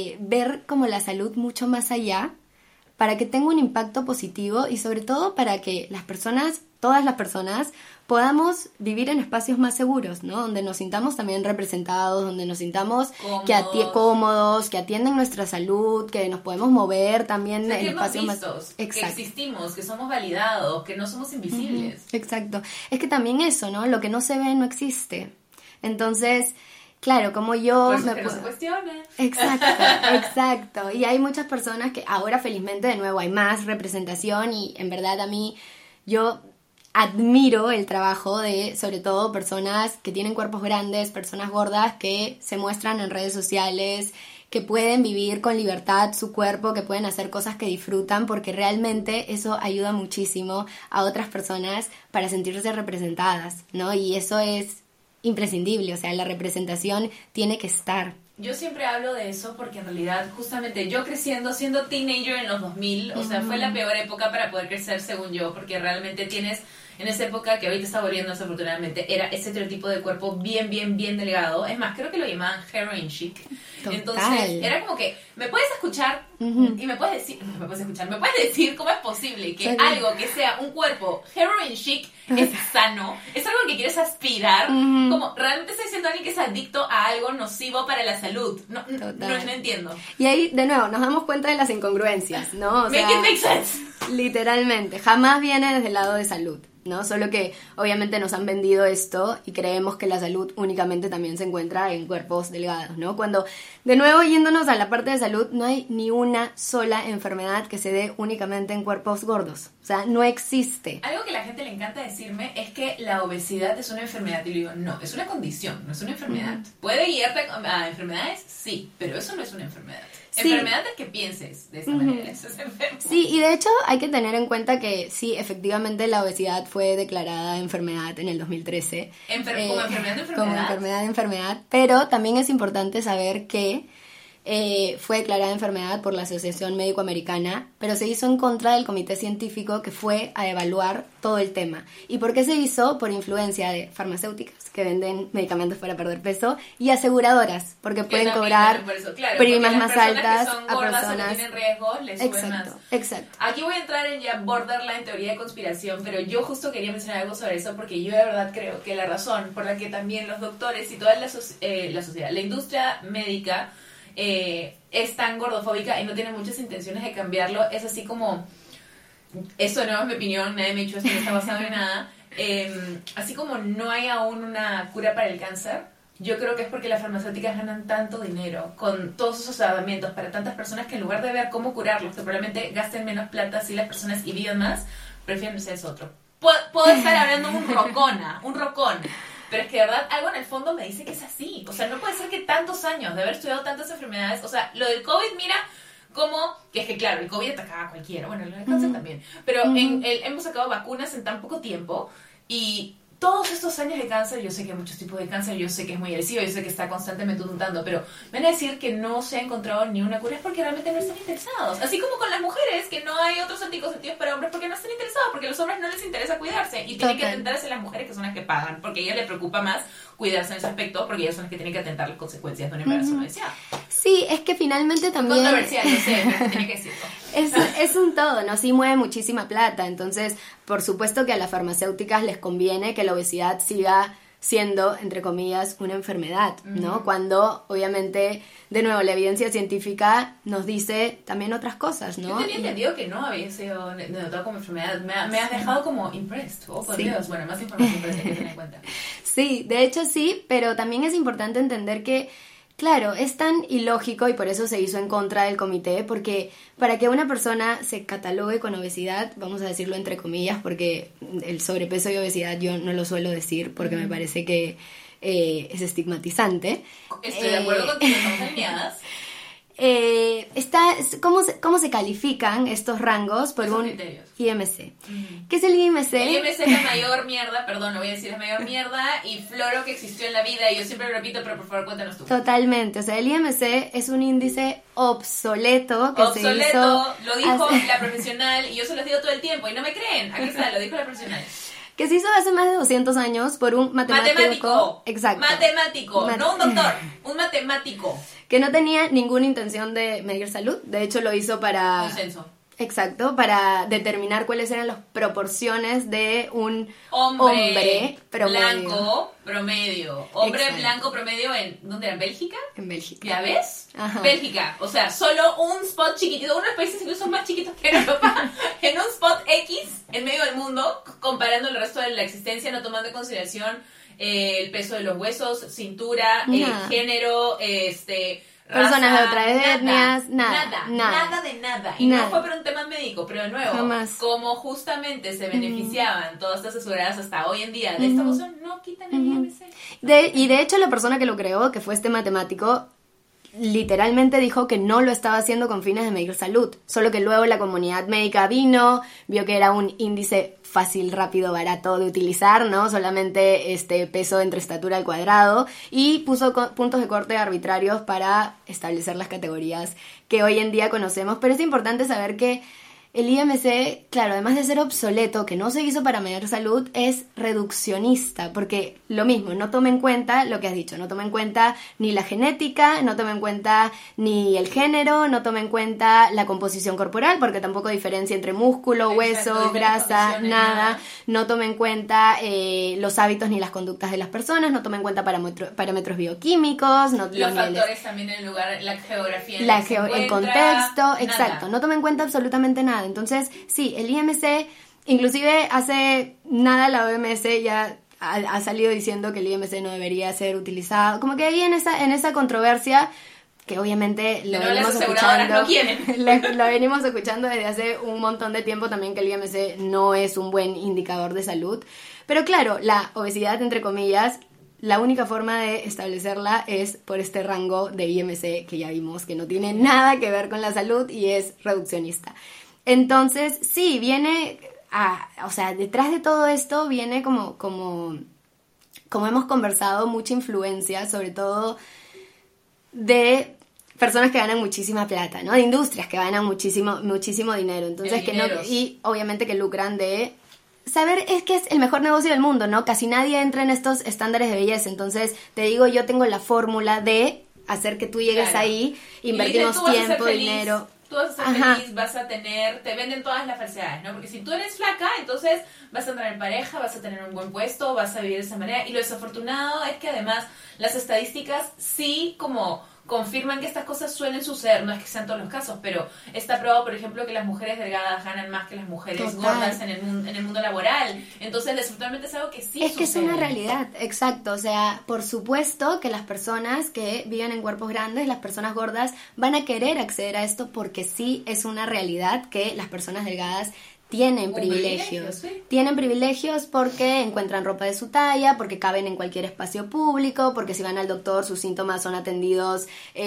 ver como la salud mucho más allá, para que tenga un impacto positivo y sobre todo para que las personas, todas las personas, podamos vivir en espacios más seguros, ¿no? Donde nos sintamos también representados, donde nos sintamos cómodos, que atienden nuestra salud, que nos podemos mover también en espacios vistos, más... que existimos, que somos validados, que no somos invisibles. Exacto. Es que también eso, ¿no? Lo que no se ve no existe. Entonces... Claro, como yo... No se cuestiona. Exacto. Y hay muchas personas que ahora felizmente de nuevo hay más representación, y en verdad a mí yo admiro el trabajo de sobre todo personas que tienen cuerpos grandes, personas gordas que se muestran en redes sociales, que pueden vivir con libertad su cuerpo, que pueden hacer cosas que disfrutan, porque realmente eso ayuda muchísimo a otras personas para sentirse representadas, ¿no? Y eso es imprescindible, o sea, la representación tiene que estar. Yo siempre hablo de eso porque en realidad justamente yo creciendo, siendo teenager en los 2000, o sea, fue la peor época para poder crecer según yo, porque realmente tienes en esa época, que ahorita está volviendo desafortunadamente, era ese estereotipo de cuerpo bien delgado. Es más, creo que lo llamaban heroin chic. Total. Entonces, era como que, me puedes escuchar y me puedes decir cómo es posible que algo que sea un cuerpo heroin chic es sano, es algo que quieres aspirar, como realmente está diciendo alguien que es adicto a algo nocivo para la salud. No entiendo. Y ahí, de nuevo, nos damos cuenta de las incongruencias, ¿no? O sea, make it make sense. Literalmente, jamás viene desde el lado de salud. ¿no? Solo que obviamente nos han vendido esto y creemos que la salud únicamente también se encuentra en cuerpos delgados, ¿no? Cuando, de nuevo, yéndonos a la parte de salud, no hay ni una sola enfermedad que se dé únicamente en cuerpos gordos. O sea, no existe. Algo que a la gente le encanta decirme es que la obesidad es una enfermedad. Y le digo, no, es una condición, no es una enfermedad. ¿Puede guiarte a enfermedades? Sí, pero eso no es una enfermedad. Sí. Enfermedad es que pienses de esa manera, eso es enfermo. Sí, y de hecho hay que tener en cuenta que sí, efectivamente la obesidad fue declarada enfermedad en el 2013. Como enfermedad de enfermedad. Como enfermedad de enfermedad, pero también es importante saber que fue declarada enfermedad por la Asociación Médico-Americana, pero se hizo en contra del comité científico que fue a evaluar todo el tema. ¿Y por qué se hizo? Por influencia de farmacéuticas que venden medicamentos para perder peso y aseguradoras, porque pueden cobrar primas más altas a personas que tienen riesgos, les suben más. Exacto. Aquí voy a entrar en ya borderline teoría de conspiración, pero yo justo quería mencionar algo sobre eso porque yo de verdad creo que la razón por la que también los doctores y toda la sociedad, la industria médica es tan gordofóbica y no tiene muchas intenciones de cambiarlo, es así como, esto no es mi opinión, nadie me ha dicho esto, no está basado en nada, así como no hay aún una cura para el cáncer, yo creo que es porque las farmacéuticas ganan tanto dinero con todos esos tratamientos para tantas personas que en lugar de ver cómo curarlos, que probablemente gasten menos plata si las personas y vivan más, prefieren ser eso otro. Puedo estar hablando un rocón, pero es que de verdad algo en el fondo me dice que es así. O sea, no puede ser que tantos años de haber estudiado tantas enfermedades, o sea, lo del COVID, mira, como, que es que claro, el COVID atacaba a cualquiera, bueno, lo del cáncer también, pero hemos sacado vacunas en tan poco tiempo y todos estos años de cáncer, yo sé que hay muchos tipos de cáncer, yo sé que es muy agresivo, yo sé que está constantemente mutando, pero me van a decir que no se ha encontrado ni una cura es porque realmente no están interesados. Así como con las mujeres, que no hay otros anticonceptivos para hombres porque no están interesados, porque a los hombres no les interesa cuidarse y tienen que atentarse a las mujeres que son las que pagan, porque a ellas les preocupa más cuidarse en ese aspecto, porque ellas son las que tienen que atentar las consecuencias de un embarazo no deseado. Sí, es que finalmente también... Controversial, yo sé, pero tiene que decirlo. Es un todo, ¿no? Sí mueve muchísima plata, entonces, por supuesto que a las farmacéuticas les conviene que la obesidad siga siendo, entre comillas, una enfermedad, ¿no? Cuando, obviamente, de nuevo, la evidencia científica nos dice también otras cosas, ¿no? Yo tenía entendido que no había sido denotado como enfermedad. Me has dejado como impressed. Oh, por Dios. Bueno, más información por eso hay que tener en cuenta. Sí, de hecho sí, pero también es importante entender que, claro, es tan ilógico y por eso se hizo en contra del comité, porque para que una persona se catalogue con obesidad, vamos a decirlo entre comillas, porque el sobrepeso y obesidad yo no lo suelo decir porque me parece que es estigmatizante. Estoy de acuerdo contigo, estamos alineadas. ¿Cómo se califican estos rangos por un criterios. IMC? ¿Qué es el IMC? El IMC es la mayor mierda, perdón, lo voy a decir, la mayor mierda y floro que existió en la vida y yo siempre lo repito, pero por favor cuéntanos tú. Totalmente, o sea, el IMC es un índice obsoleto que se hizo... Lo dijo la profesional y yo se los digo todo el tiempo y no me creen, aquí está, lo dijo la profesional. Que se hizo hace más de 200 años por un matemático. Exacto. Matemático, no un doctor, un matemático. Que no tenía ninguna intención de medir salud. De hecho, lo hizo para... Consenso. Exacto, para determinar cuáles eran las proporciones de un hombre promedio. Blanco promedio. Hombre Exacto. blanco promedio en... ¿Dónde era? ¿Bélgica? En Bélgica. ¿Ya ves? Ajá. Bélgica. O sea, solo un spot chiquitito. Unos países incluso más chiquitos que Europa. En un spot X en medio del mundo, comparando el resto de la existencia, no tomando en consideración el peso de los huesos, cintura, género, personas raza, de otras etnias, nada de nada. Y no fue por un tema médico, pero de nuevo, jamás. Como justamente se beneficiaban todas estas asesuradas hasta hoy en día de esta moción, no quitan el IMC. Y de hecho la persona que lo creó, que fue este matemático, literalmente dijo que no lo estaba haciendo con fines de medir salud, solo que luego la comunidad médica vio que era un índice fácil, rápido, barato de utilizar, ¿no? Solamente peso entre estatura al cuadrado y puso puntos de corte arbitrarios para establecer las categorías que hoy en día conocemos, pero es importante saber que el IMC, claro, además de ser obsoleto, que no se hizo para medir salud, es reduccionista, porque lo mismo, no toma en cuenta lo que has dicho, no toma en cuenta ni la genética, no toma en cuenta ni el género, no toma en cuenta la composición corporal, porque tampoco diferencia entre músculo, hueso, grasa, nada, no toma en cuenta los hábitos ni las conductas de las personas, no toma en cuenta parámetros bioquímicos, los factores también en el lugar, la geografía en el contexto, exacto, no toma en cuenta absolutamente nada. Entonces, sí, el IMC inclusive hace nada la OMS ya ha salido diciendo que el IMC no debería ser utilizado. Como que ahí en esa controversia, que obviamente lo venimos escuchando, lo venimos escuchando desde hace un montón de tiempo también, que el IMC no es un buen indicador de salud. Pero claro, la obesidad, entre comillas, la única forma de establecerla es por este rango de IMC que ya vimos que no tiene nada que ver con la salud y es reduccionista. Entonces, sí, viene o sea, detrás de todo esto viene como hemos conversado, mucha influencia, sobre todo de personas que ganan muchísima plata, ¿no? De industrias que ganan muchísimo dinero. Entonces, y obviamente que lucran de saber, es que es el mejor negocio del mundo, ¿no? Casi nadie entra en estos estándares de belleza. Entonces, te digo, yo tengo la fórmula de hacer que tú llegues ahí, invertimos tiempo, dinero. Tú vas a ser feliz, vas a tener, te venden todas las falsedades, ¿no? Porque si tú eres flaca, entonces vas a entrar en pareja, vas a tener un buen puesto, vas a vivir de esa manera. Y lo desafortunado es que además las estadísticas sí como confirman que estas cosas suelen suceder, no es que sean todos los casos, pero está probado, por ejemplo, que las mujeres delgadas ganan más que las mujeres gordas en el mundo laboral. Entonces, desafortunadamente es algo que sí es sucede. Que es una realidad, exacto. O sea, por supuesto que las personas que viven en cuerpos grandes, las personas gordas, van a querer acceder a esto porque sí es una realidad que las personas delgadas tienen privilegios. Sí. Tienen privilegios porque encuentran ropa de su talla, porque caben en cualquier espacio público, porque si van al doctor sus síntomas son atendidos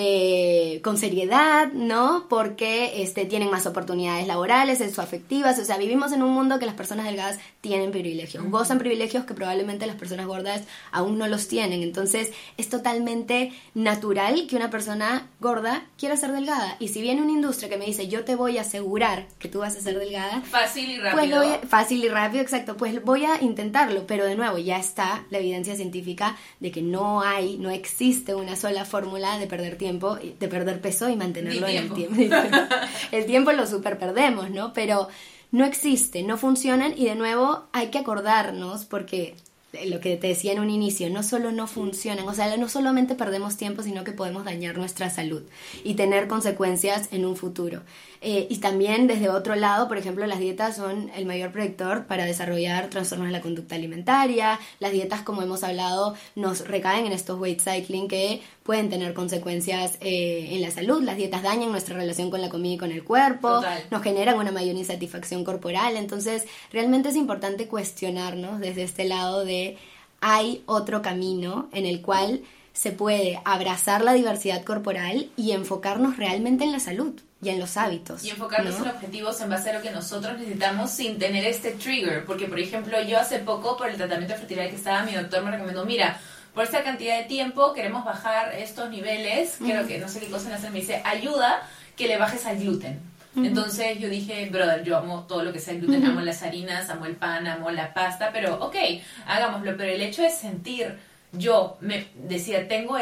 con seriedad, ¿no? Porque tienen más oportunidades laborales, afectivas. O sea, vivimos en un mundo que las personas delgadas tienen privilegios, gozan privilegios que probablemente las personas gordas aún no los tienen. Entonces, es totalmente natural que una persona gorda quiera ser delgada. Y si viene una industria que me dice, yo te voy a asegurar que tú vas a ser delgada, fácil y rápido. Fácil y rápido, exacto. Pues voy a intentarlo, pero de nuevo ya está la evidencia científica de que no existe una sola fórmula de perder tiempo, de perder peso y mantenerlo en el tiempo. El tiempo lo super perdemos, ¿no? Pero no existe, no funcionan y de nuevo hay que acordarnos porque lo que te decía en un inicio, no solo no funcionan, o sea, no solamente perdemos tiempo, sino que podemos dañar nuestra salud y tener consecuencias en un futuro. Y también desde otro lado, por ejemplo, las dietas son el mayor predictor para desarrollar trastornos de la conducta alimentaria. Las dietas, como hemos hablado, nos recaen en estos weight cycling que pueden tener consecuencias en la salud. Las dietas dañan nuestra relación con la comida y con el cuerpo. Total. Nos generan una mayor insatisfacción corporal. Entonces, realmente es importante cuestionarnos desde este lado de hay otro camino en el cual se puede abrazar la diversidad corporal y enfocarnos realmente en la salud y en los hábitos. Y enfocarnos en objetivos en base a lo que nosotros necesitamos sin tener este trigger. Porque, por ejemplo, yo hace poco, por el tratamiento de fertilidad que estaba, mi doctor me recomendó, mira, por esta cantidad de tiempo queremos bajar estos niveles, creo que no sé qué cosa me hace, me dice, ayuda que le bajes al gluten. Entonces yo dije, brother, yo amo todo lo que sea el gluten, amo las harinas, amo el pan, amo la pasta, pero ok, hagámoslo. Pero el hecho de sentir, yo me decía, tengo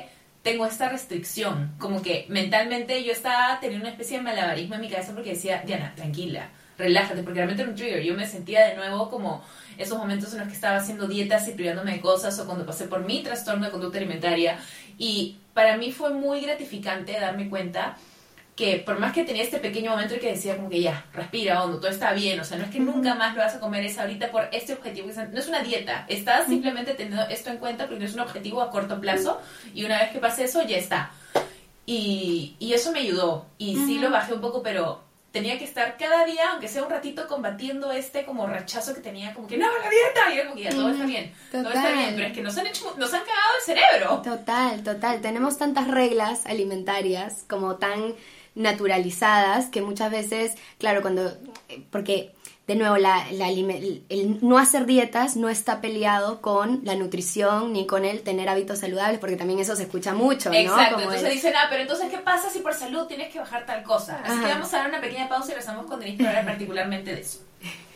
esta restricción, como que mentalmente yo estaba teniendo una especie de malabarismo en mi cabeza porque decía, Diana, tranquila, relájate, porque realmente era un trigger. Yo me sentía de nuevo como esos momentos en los que estaba haciendo dietas y privándome de cosas, o cuando pasé por mi trastorno de conducta alimentaria, y para mí fue muy gratificante darme cuenta que por más que tenía este pequeño momento en que decía como que ya, respira hondo, todo está bien, o sea, no es que nunca más lo vas a comer, es ahorita por este objetivo, no es una dieta, estás simplemente teniendo esto en cuenta porque no es un objetivo a corto plazo, y una vez que pase eso, ya está. Y eso me ayudó, y sí lo bajé un poco, pero tenía que estar cada día, aunque sea un ratito, combatiendo como rechazo que tenía, como que no, la dieta, y yo como que ya, todo está bien, todo está bien, pero es que nos han cagado el cerebro. Total, tenemos tantas reglas alimentarias como tan naturalizadas que muchas veces, claro, porque de nuevo el no hacer dietas no está peleado con la nutrición ni con el tener hábitos saludables, porque también eso se escucha mucho, ¿no? Exacto, entonces dicen, pero entonces ¿qué pasa si por salud tienes que bajar tal cosa? Así que vamos a dar una pequeña pausa y regresamos con Denise para hablar particularmente de eso.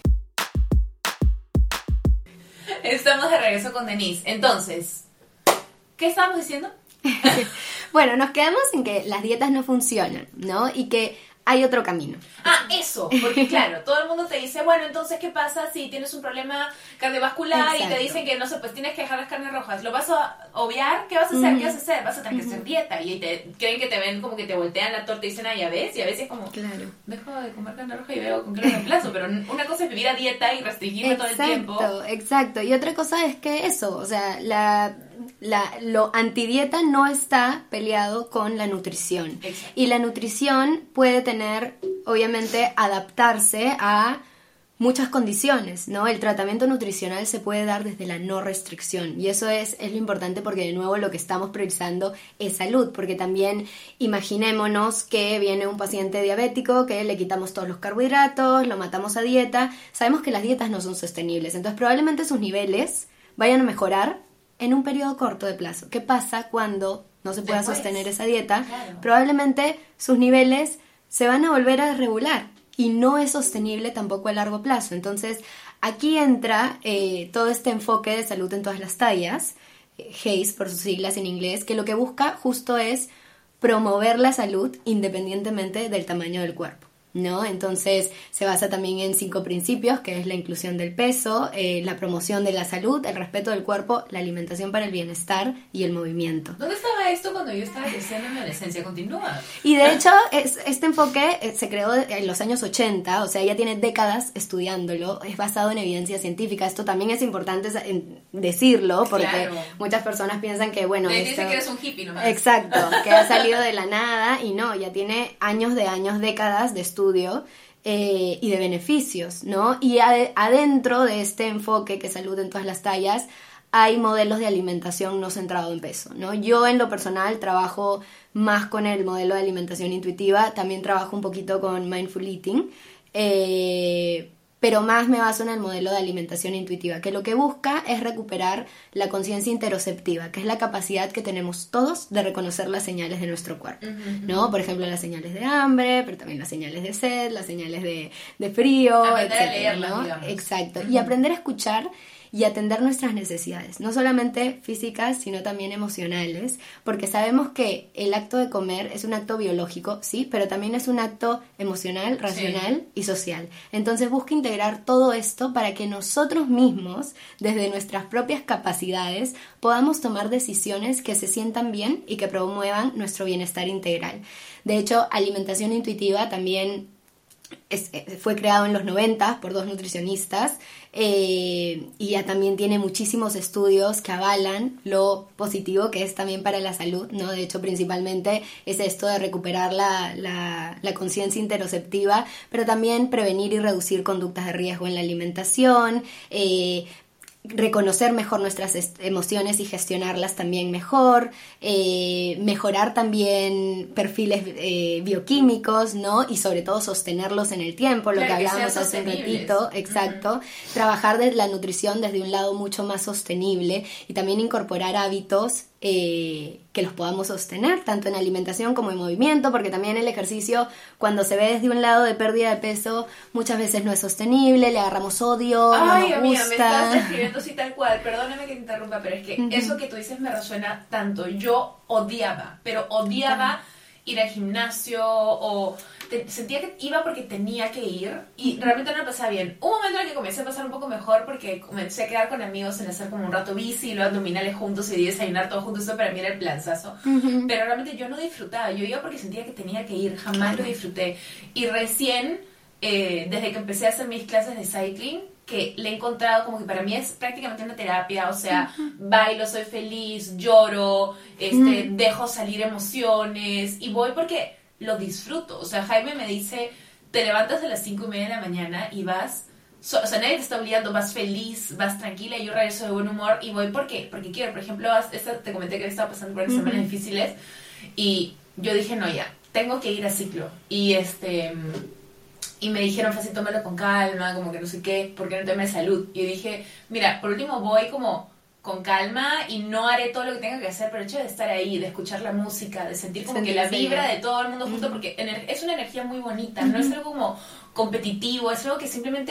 Estamos de regreso con Denise. Entonces, ¿qué estábamos diciendo? Bueno, nos quedamos en que las dietas no funcionan, ¿no? Y que hay otro camino. Ah, eso, porque claro, todo el mundo te dice, bueno, entonces, ¿qué pasa si tienes un problema cardiovascular? Exacto. Y te dicen que, no sé, pues tienes que dejar las carnes rojas? ¿Lo vas a obviar? ¿Qué vas a hacer? ¿Qué vas a hacer? Vas a tener que hacer dieta. Y creen que te ven como que te voltean la torta y dicen, ah, ya ves, y a veces es como, Claro. dejo de comer carne roja y veo con qué lo reemplazo. Pero una cosa es vivir a dieta y restringirme todo el tiempo. Exacto. Y otra cosa es que eso, o sea, lo antidieta no está peleado con la nutrición. Exacto. Y la nutrición puede tener, obviamente, adaptarse a muchas condiciones, ¿no? El tratamiento nutricional se puede dar desde la no restricción y eso es lo importante porque de nuevo lo que estamos priorizando es salud, porque también imaginémonos que viene un paciente diabético que le quitamos todos los carbohidratos, lo matamos a dieta, sabemos que las dietas no son sostenibles, entonces probablemente sus niveles vayan a mejorar en un periodo corto de plazo. ¿Qué pasa cuando no se pueda Después, sostener esa dieta? claro. Probablemente sus niveles se van a volver a regular y no es sostenible tampoco a largo plazo. Entonces, aquí entra todo este enfoque de salud en todas las tallas, HACE por sus siglas en inglés, que lo que busca justo es promover la salud independientemente del tamaño del cuerpo, ¿no? Entonces, se basa también en 5 principios, que es la inclusión del peso, la promoción de la salud, el respeto del cuerpo, la alimentación para el bienestar y el movimiento. ¿Dónde estaba esto cuando yo estaba creciendo en mi adolescencia? Continúa. Y de hecho, este enfoque se creó en los años 80, o sea, ya tiene décadas estudiándolo, es basado en evidencia científica. Esto también es importante decirlo, porque Claro. muchas personas piensan que, bueno, Te esto... dicen que eres un hippie nomás. Exacto, que ha salido de la nada y no, ya tiene años, décadas de estudio y de beneficios, ¿no? Y adentro de este enfoque que salud en todas las tallas, hay modelos de alimentación no centrado en peso, ¿no? Yo en lo personal trabajo más con el modelo de alimentación intuitiva, también trabajo un poquito con mindful eating, pero más me baso en el modelo de alimentación intuitiva, que lo que busca es recuperar la conciencia interoceptiva, que es la capacidad que tenemos todos de reconocer las señales de nuestro cuerpo, ¿no? Por ejemplo, las señales de hambre, pero también las señales de sed, las señales de frío, Aprender a etcétera, leerlas, ¿no? digamos. Exacto. Y aprender a escuchar y atender nuestras necesidades, no solamente físicas, sino también emocionales, porque sabemos que el acto de comer es un acto biológico, sí, pero también es un acto emocional, racional y social. Entonces busca integrar todo esto para que nosotros mismos, desde nuestras propias capacidades, podamos tomar decisiones que se sientan bien y que promuevan nuestro bienestar integral. De hecho, alimentación intuitiva también fue creado en los 90 por 2 nutricionistas y ya también tiene muchísimos estudios que avalan lo positivo que es también para la salud, ¿no? De hecho, principalmente es esto de recuperar la conciencia interoceptiva, pero también prevenir y reducir conductas de riesgo en la alimentación, reconocer mejor nuestras emociones y gestionarlas también mejor, mejorar también perfiles bioquímicos, ¿no? Y sobre todo sostenerlos en el tiempo, lo Claro, que que hablábamos sean hace un sostenibles. ratito, exacto. Trabajar de la nutrición desde un lado mucho más sostenible y también incorporar hábitos que los podamos sostener, tanto en alimentación como en movimiento, porque también el ejercicio, cuando se ve desde un lado de pérdida de peso, muchas veces no es sostenible, le agarramos odio, Ay, no nos amiga, me estás gusta. describiendo así tal cual. Perdóname que te interrumpa, pero es que eso que tú dices me resuena tanto. Yo odiaba ir al gimnasio o sentía que iba porque tenía que ir y realmente no me pasaba bien. Un momento en el que comencé a pasar un poco mejor porque comencé a quedar con amigos en hacer como un rato bici y luego abdominales juntos y desayunar todos juntos. Eso para mí era el planzazo. Pero realmente yo no disfrutaba. Yo iba porque sentía que tenía que ir. Jamás lo disfruté. Y recién, desde que empecé a hacer mis clases de cycling, que le he encontrado como que para mí es prácticamente una terapia, o sea, bailo, soy feliz, lloro, dejo salir emociones y voy porque lo disfruto. O sea, Jaime me dice, te levantas a las 5:30 de la mañana y vas, o sea, nadie te está obligando, vas feliz, vas tranquila, y yo regreso de buen humor y voy porque quiero. Por ejemplo, te comenté que estaba pasando por semanas difíciles y yo dije, no, ya, tengo que ir a ciclo y me dijeron, fácil, tómalo con calma, como que no sé qué, porque no tema de salud. Y yo dije, mira, por último voy como con calma y no haré todo lo que tenga que hacer, pero el hecho de estar ahí, de escuchar la música, de sentir como que la vibra de todo el mundo junto, porque es una energía muy bonita, no es algo como competitivo, es algo que simplemente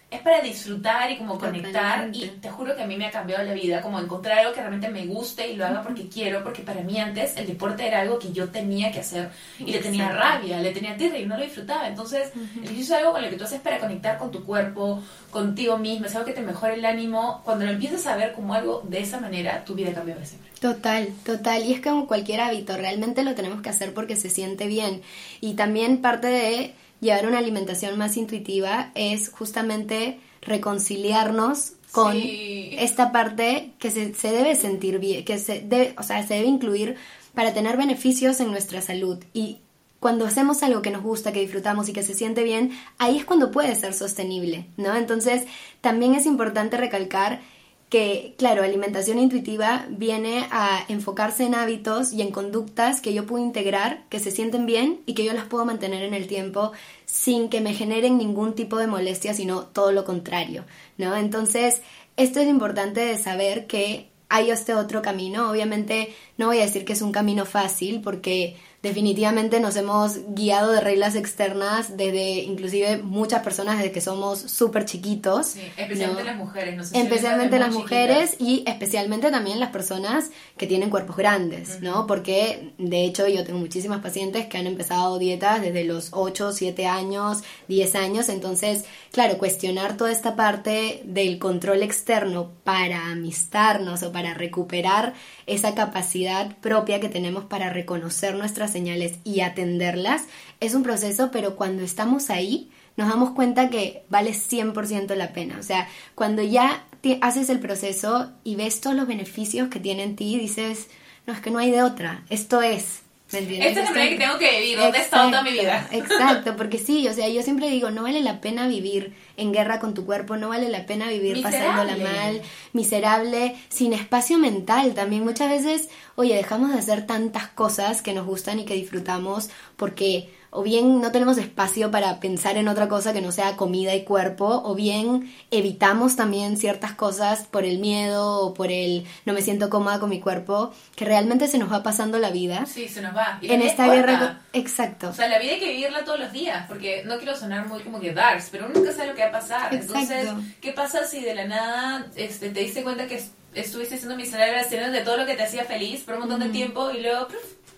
es para disfrutar y como conectar. Totalmente. Y te juro que a mí me ha cambiado la vida, como encontrar algo que realmente me guste y lo haga porque quiero, porque para mí antes el deporte era algo que yo tenía que hacer y le tenía Exacto. rabia, le tenía tirria y no lo disfrutaba. Entonces el ejercicio es algo con lo que tú haces para conectar con tu cuerpo, contigo mismo, es algo que te mejora el ánimo. Cuando lo empiezas a ver como algo de esa manera, tu vida cambia para siempre. Total, total. Y es como cualquier hábito, realmente lo tenemos que hacer porque se siente bien. Y también parte de llevar una alimentación más intuitiva es justamente reconciliarnos con Sí. esta parte que se debe sentir bien, que o sea, se debe incluir para tener beneficios en nuestra salud. Y cuando hacemos algo que nos gusta, que disfrutamos y que se siente bien, ahí es cuando puede ser sostenible, ¿no? Entonces, también es importante recalcar que, claro, alimentación intuitiva viene a enfocarse en hábitos y en conductas que yo puedo integrar, que se sienten bien y que yo las puedo mantener en el tiempo sin que me generen ningún tipo de molestia, sino todo lo contrario, ¿no? Entonces, esto es importante de saber que hay este otro camino. Obviamente no voy a decir que es un camino fácil porque definitivamente nos hemos guiado de reglas externas desde inclusive muchas personas desde que somos súper chiquitos. Sí, especialmente ¿no? las mujeres. No sé si Especialmente desde las muy mujeres chiquitas. y especialmente también las personas que tienen cuerpos grandes, ¿no? Porque de hecho yo tengo muchísimas pacientes que han empezado dietas desde los 8, 7 años, 10 años, entonces, claro, cuestionar toda esta parte del control externo para amistarnos o para recuperar esa capacidad propia que tenemos para reconocer nuestras señales y atenderlas es un proceso, pero cuando estamos ahí nos damos cuenta que vale 100% la pena. O sea, cuando ya haces el proceso y ves todos los beneficios que tiene en ti, dices, no, es que no hay de otra, esto es. ¿Me entiendes? Esta es la manera que tengo que vivir, ¿dónde he estado toda mi vida? Exacto, porque sí, o sea, yo siempre digo, no vale la pena vivir en guerra con tu cuerpo, no vale la pena vivir Miserable. pasándola mal, miserable, sin espacio mental. También muchas veces, oye, dejamos de hacer tantas cosas que nos gustan y que disfrutamos porque o bien no tenemos espacio para pensar en otra cosa que no sea comida y cuerpo, o bien evitamos también ciertas cosas por el miedo o por el no me siento cómoda con mi cuerpo, que realmente se nos va pasando la vida. Sí, se nos va. Y la En vida esta es guerra, corta. exacto. O sea, la vida hay que vivirla todos los días, porque no quiero sonar muy como que darks, pero uno nunca sabe lo que va a pasar. Exacto. Entonces, ¿qué pasa si de la nada te diste cuenta que estuviste siendo miserable haciendo de todo lo que te hacía feliz por un montón de tiempo y luego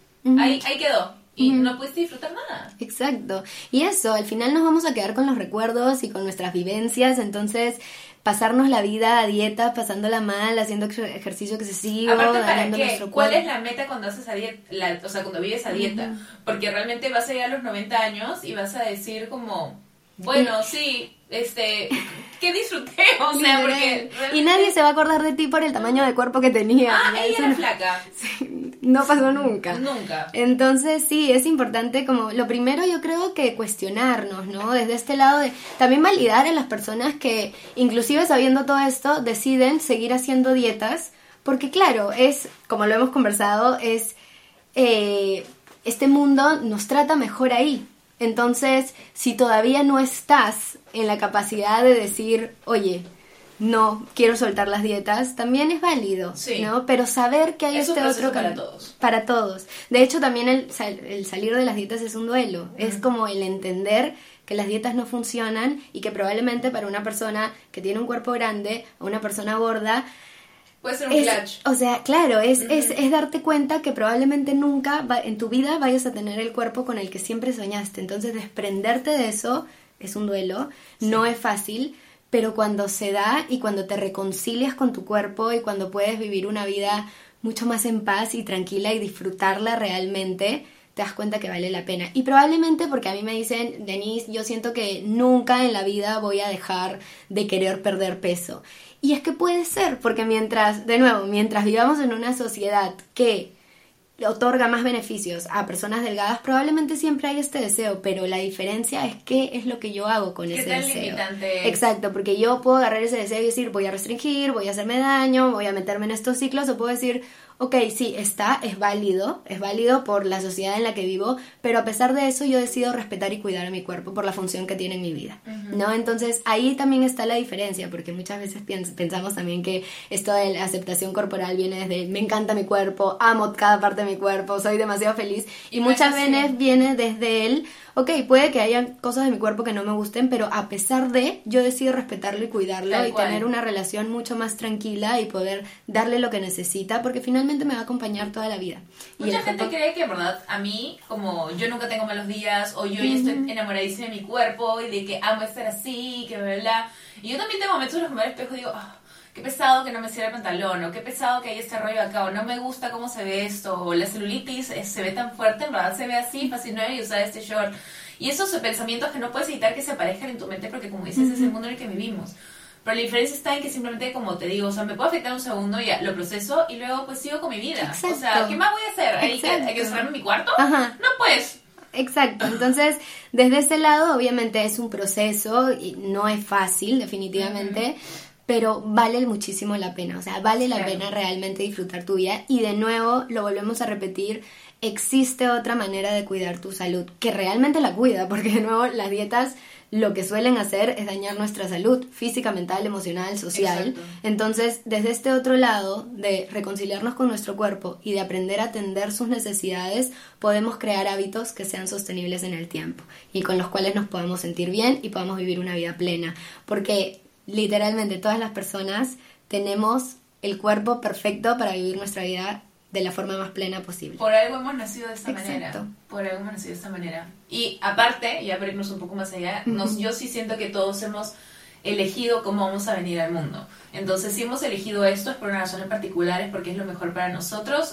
ahí quedó y no pudiste disfrutar nada? Exacto. Y eso, al final nos vamos a quedar con los recuerdos y con nuestras vivencias, entonces pasarnos la vida a dieta, pasándola mal, haciendo ejercicio excesivo, Aparte, ¿para dañando qué? nuestro ¿Cuál cuerpo. es la meta cuando haces a dieta? O sea, cuando vives a dieta. Porque realmente vas a llegar a los 90 años y vas a decir como, bueno, sí, que disfruté, o sea, porque Y nadie se va a acordar de ti por el tamaño de cuerpo que tenía. Ah, ¿no? ella Eso era no- flaca. no pasó nunca. Nunca. Entonces sí, es importante como lo primero yo creo que cuestionarnos, ¿no? Desde este lado de también validar a las personas que inclusive sabiendo todo esto deciden seguir haciendo dietas, porque claro, es, como lo hemos conversado, es este mundo nos trata mejor ahí. Entonces, si todavía no estás en la capacidad de decir, oye, no, quiero soltar las dietas, también es válido, Sí. ¿no? Pero saber que hay Es un este proceso otro para camino. todos. Para todos. De hecho, también el salir de las dietas es un duelo. Es como el entender que las dietas no funcionan y que probablemente para una persona que tiene un cuerpo grande o una persona gorda, Puede ser un clutch. o sea, claro, es darte cuenta que probablemente nunca en tu vida vayas a tener el cuerpo con el que siempre soñaste. Entonces, desprenderte de eso es un duelo, no es fácil, pero cuando se da y cuando te reconcilias con tu cuerpo y cuando puedes vivir una vida mucho más en paz y tranquila y disfrutarla realmente, te das cuenta que vale la pena. Y probablemente porque a mí me dicen, Denise, yo siento que nunca en la vida voy a dejar de querer perder peso. Y es que puede ser, porque mientras vivamos en una sociedad que otorga más beneficios a personas delgadas, probablemente siempre hay este deseo, pero la diferencia es qué es lo que yo hago con ¿Qué ese tan deseo. limitante es? Exacto, porque yo puedo agarrar ese deseo y decir, voy a restringir, voy a hacerme daño, voy a meterme en estos ciclos, o puedo decir, ok, sí, es válido por la sociedad en la que vivo, pero a pesar de eso yo decido respetar y cuidar a mi cuerpo por la función que tiene en mi vida, ¿no? Entonces ahí también está la diferencia, porque muchas veces pensamos también que esto de la aceptación corporal viene desde me encanta mi cuerpo, amo cada parte de mi cuerpo, soy demasiado feliz, y muchas veces viene desde el, ok, puede que haya cosas de mi cuerpo que no me gusten, pero a pesar de, yo decido respetarlo y cuidarlo y tener una relación mucho más tranquila y poder darle lo que necesita, porque finalmente me va a acompañar toda la vida. Mucha gente cree que, en verdad, a mí, como yo nunca tengo malos días, o yo ya estoy enamoradísima de mi cuerpo, y de que amo estar así, que bla, bla. Y yo también tengo momentos en los que me veo al espejo y digo, qué pesado que no me cierre el pantalón, o qué pesado que hay este rollo acá, o no me gusta cómo se ve esto, o la celulitis se ve tan fuerte, en verdad se ve así, fácil no y usar este short. Y esos son pensamientos que no puedes evitar que se aparezcan en tu mente, porque como dices, es el mundo en el que vivimos. Pero la diferencia está en que simplemente, como te digo, o sea, me puede afectar un segundo, ya lo proceso y luego pues sigo con mi vida. Exacto. O sea, ¿qué más voy a hacer? ¿Hay que encerrarme en mi cuarto? Ajá. No, pues. Exacto, entonces desde ese lado obviamente es un proceso y no es fácil definitivamente, pero vale muchísimo la pena, o sea, vale la pena realmente disfrutar tu vida y de nuevo lo volvemos a repetir, existe otra manera de cuidar tu salud que realmente la cuida, porque de nuevo las dietas lo que suelen hacer es dañar nuestra salud física, mental, emocional, social. Exacto. Entonces, desde este otro lado de reconciliarnos con nuestro cuerpo y de aprender a atender sus necesidades, podemos crear hábitos que sean sostenibles en el tiempo y con los cuales nos podamos sentir bien y podamos vivir una vida plena. Porque literalmente todas las personas tenemos el cuerpo perfecto para vivir nuestra vida de la forma más plena posible. Por algo hemos nacido de esta Exacto. manera. Por algo hemos nacido de esta manera. Y aparte, ya para irnos un poco más allá, yo sí siento que todos hemos elegido cómo vamos a venir al mundo. Entonces, si hemos elegido esto es por una razón en particular, es porque es lo mejor para nosotros.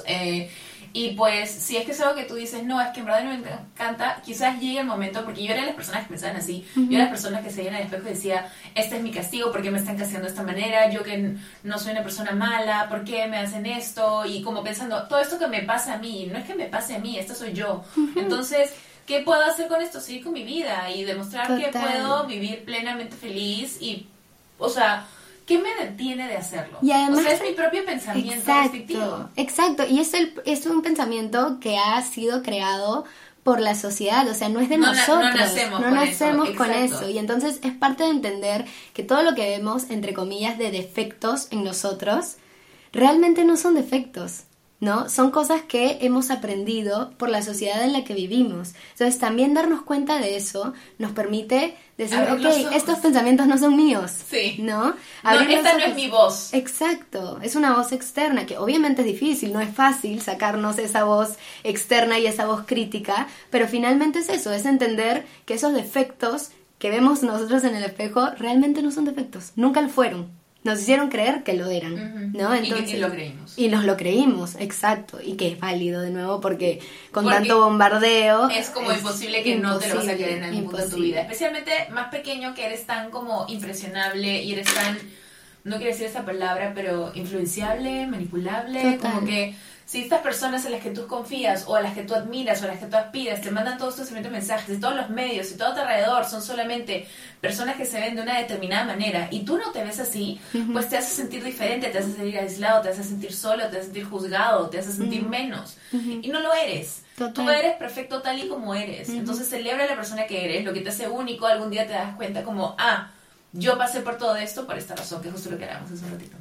Y pues, si es que es algo que tú dices, no, es que en verdad no me encanta, quizás llegue el momento, porque yo era de las personas que pensaban así, yo era de las personas que se veían al espejo y decía, este es mi castigo, ¿por qué me están castigando de esta manera? Yo que no soy una persona mala, ¿por qué me hacen esto? Y como pensando, todo esto que me pasa a mí, no es que me pase a mí, esto soy yo. Entonces, ¿qué puedo hacer con esto? Seguir con mi vida y demostrar que puedo vivir plenamente feliz y, o sea, ¿qué me detiene de hacerlo? Y además, o sea, es mi propio pensamiento restrictivo. Exacto, y es un pensamiento que ha sido creado por la sociedad, o sea, no es de nosotros, no nacemos con eso, y entonces es parte de entender que todo lo que vemos, entre comillas, de defectos en nosotros, realmente no son defectos, ¿no? Son cosas que hemos aprendido por la sociedad en la que vivimos. Entonces también darnos cuenta de eso nos permite decir, ok, estos pensamientos no son míos, sí. ¿no? Esta no es mi voz. Exacto, es una voz externa que obviamente es difícil, no es fácil sacarnos esa voz externa y esa voz crítica, pero finalmente es eso, es entender que esos defectos que vemos nosotros en el espejo realmente no son defectos, nunca lo fueron. Nos hicieron creer que lo eran, ¿no? Entonces, y lo creímos. Y nos lo creímos, exacto. Y que es válido de nuevo porque tanto bombardeo... Es como imposible que no te lo vas a creer en algún punto de tu vida. Especialmente más pequeño, que eres tan como impresionable y eres tan... No quiero decir esa palabra, pero influenciable, manipulable. Total. Como que si estas personas en las que tú confías o a las que tú admiras o a las que tú aspiras te mandan todos estos mensajes y todos los medios y todo a tu alrededor son solamente personas que se ven de una determinada manera y tú no te ves así, pues te hace sentir diferente, te hace sentir aislado, te hace sentir solo, te hace sentir juzgado, te hace sentir menos. Y no lo eres. Total. Tú eres perfecto tal y como eres. Entonces celebra a la persona que eres, lo que te hace único. Algún día te das cuenta como, yo pasé por todo esto por esta razón, que es justo lo que hablamos hace un ratito.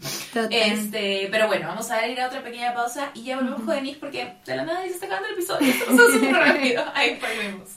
Pero bueno, vamos a ir a otra pequeña pausa y ya volvemos con Denise porque de la nada ya se está acabando el episodio. Esto pasó súper rápido. Ahí volvemos.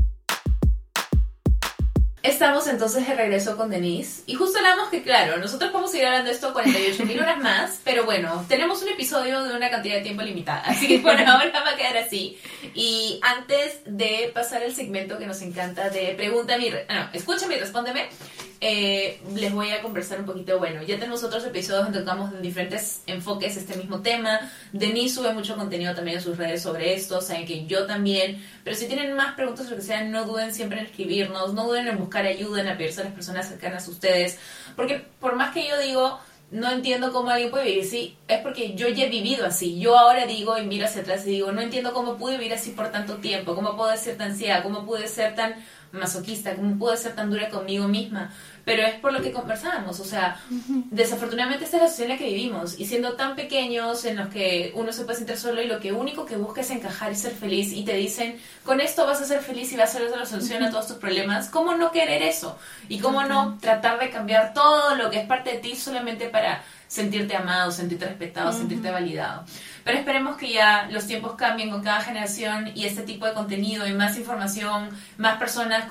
Estamos entonces de regreso con Denise y justo hablamos que claro, nosotros podemos seguir hablando de esto 48.000 horas más, pero bueno, tenemos un episodio de una cantidad de tiempo limitada, así que por ahora va a quedar así. Y antes de pasar al segmento que nos encanta de escúchame y respóndeme, les voy a conversar un poquito. Bueno, ya tenemos otros episodios donde tocamos en diferentes enfoques este mismo tema. Denise sube mucho contenido también en sus redes sobre esto, saben que yo también, pero si tienen más preguntas o lo que sea, no duden siempre en escribirnos, no duden en buscar ayuda, en apoyarse a las personas cercanas a ustedes, porque por más que yo digo no entiendo cómo alguien puede vivir así, es porque yo ya he vivido así. Yo ahora digo y miro hacia atrás y digo, no entiendo cómo pude vivir así por tanto tiempo, cómo pude ser tan ciega, cómo pude ser tan masoquista? ¿Cómo pude ser tan dura conmigo misma? Pero es por lo que conversábamos, o sea, desafortunadamente esta es la sociedad en la que vivimos, y siendo tan pequeños en los que uno se puede sentir solo y lo que único que busca es encajar y ser feliz, y te dicen, con esto vas a ser feliz y vas a ser la solución a todos tus problemas, ¿cómo no querer eso? Y cómo no tratar de cambiar todo lo que es parte de ti solamente para sentirte amado, sentirte respetado, sentirte validado. Pero esperemos que ya los tiempos cambien con cada generación y este tipo de contenido y más información, más personas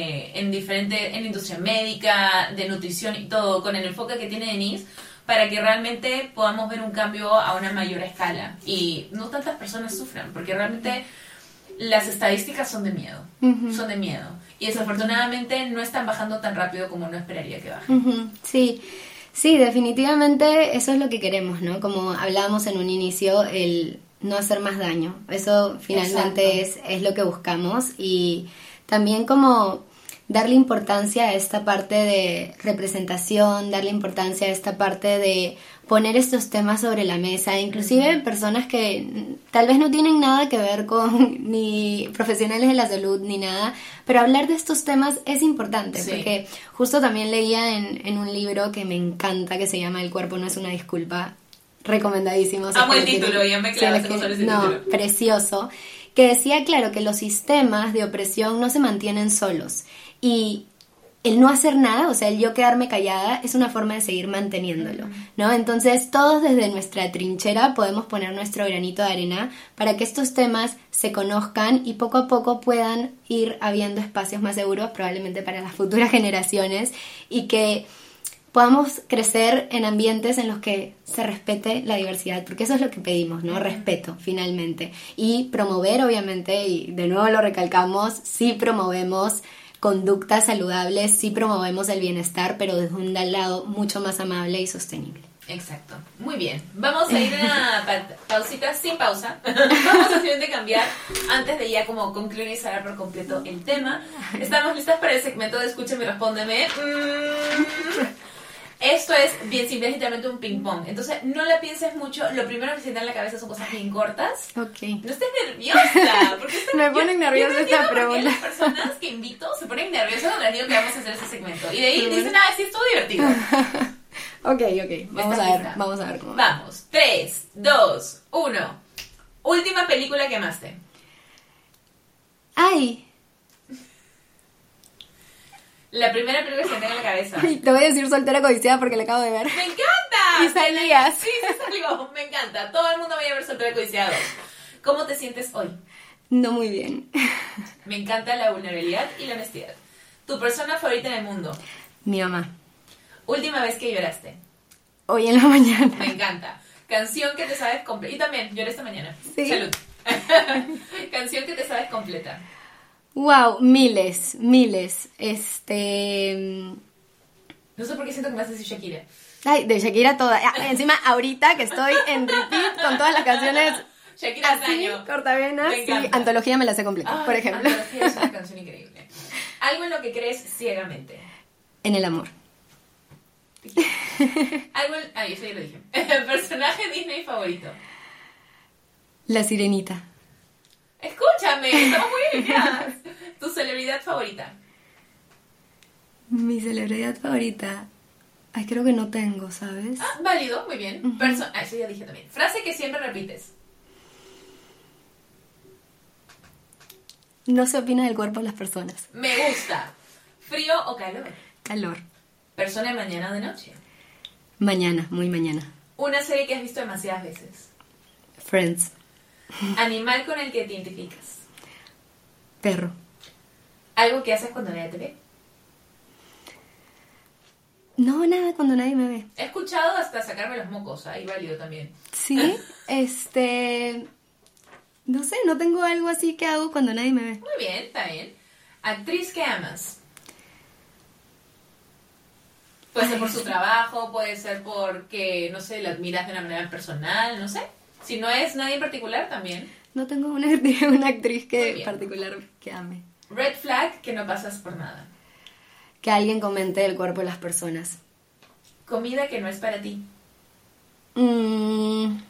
en la industria médica, de nutrición y todo, con el enfoque que tiene Denise, para que realmente podamos ver un cambio a una mayor escala y no tantas personas sufran, porque realmente las estadísticas son de miedo, son de miedo. Y desafortunadamente no están bajando tan rápido como uno esperaría que bajen. Sí. Sí, definitivamente eso es lo que queremos, ¿no? Como hablábamos en un inicio, el no hacer más daño. Eso finalmente es lo que buscamos, y también como darle importancia a esta parte de representación, darle importancia a esta parte de poner estos temas sobre la mesa, inclusive personas que tal vez no tienen nada que ver con ni profesionales de la salud ni nada, pero hablar de estos temas es importante, porque justo también leía en un libro que me encanta, que se llama El cuerpo no es una disculpa, recomendadísimo. Amo el título, ya me clavaste con ese título. Precioso, que decía, claro, que los sistemas de opresión no se mantienen solos, y el no hacer nada, o sea, el yo quedarme callada, es una forma de seguir manteniéndolo, ¿no? Entonces, todos desde nuestra trinchera podemos poner nuestro granito de arena para que estos temas se conozcan y poco a poco puedan ir habiendo espacios más seguros, probablemente para las futuras generaciones, y que podamos crecer en ambientes en los que se respete la diversidad, porque eso es lo que pedimos, ¿no? Respeto, finalmente. Y promover, obviamente, y de nuevo lo recalcamos, sí promovemos conductas saludables, sí promovemos el bienestar, pero desde un lado mucho más amable y sostenible. Exacto. Muy bien. Vamos a ir a una pausita sin pausa. Vamos a simplemente cambiar antes de ya como concluir y cerrar por completo el tema. Estamos listas para el segmento de Escúchame y Respóndeme. Esto es bien simple, es literalmente un ping pong. Entonces no la pienses mucho. Lo primero que se te da en la cabeza son cosas bien cortas. Ok. No estés nerviosa. Porque me ponen nerviosa esta pregunta. Las personas que invito se ponen nerviosas cuando les digo que vamos a hacer ese segmento. Y de ahí dicen, sí, estuvo divertido. Ok. Vamos a ver cómo va. Vamos. 3, 2, 1. Última película que amaste. ¡Ay! La primera película que se me tenga en la cabeza. Te voy a decir Soltera Codiciada porque la acabo de ver. ¡Me encanta! Y salías. Sí, salió. Me encanta. Todo el mundo vaya a ver Soltera Codiciada 2. ¿Cómo te sientes hoy? No muy bien. Me encanta la vulnerabilidad y la honestidad. ¿Tu persona favorita en el mundo? Mi mamá. Última vez que lloraste. Hoy en la mañana. Me encanta. Canción que te sabes completa. Y también, lloré esta mañana. Sí. Salud. Canción que te sabes completa. Wow, miles. No sé por qué siento que me haces decir Shakira. Ay, de Shakira toda. Encima, ahorita que estoy en repeat con todas las canciones. Shakira así, Extraño. Cortavenas. Me encanta. Sí, Antología me la sé completa, por ejemplo. Antología es una canción increíble. Algo en lo que crees ciegamente. En el amor. Algo en... eso ya lo dije. Personaje Disney favorito. La Sirenita. Escúchame, estamos muy alineadas. ¿Tu celebridad favorita? Mi celebridad favorita. Ay, creo que no tengo, ¿sabes? Válido, muy bien. Eso ya dije también. Frase que siempre repites. No se opina del cuerpo de las personas. Me gusta. ¿Frío o calor? Calor. ¿Persona de mañana o de noche? Mañana, muy mañana. Una serie que has visto demasiadas veces. Friends. Animal con el que te identificas. Perro. ¿Algo que haces cuando nadie te ve? No, nada, cuando nadie me ve. He escuchado hasta sacarme los mocos, ahí válido también. Sí, no sé, no tengo algo así que hago cuando nadie me ve. Muy bien, está bien. ¿Actriz que amas? Puede ser por su trabajo, puede ser porque, no sé, la admiras de una manera personal, no sé. Si no es nadie en particular, también. No tengo una actriz que particular que ame. Red flag, que no pasas por nada. Que alguien comente el cuerpo de las personas. Comida que no es para ti. El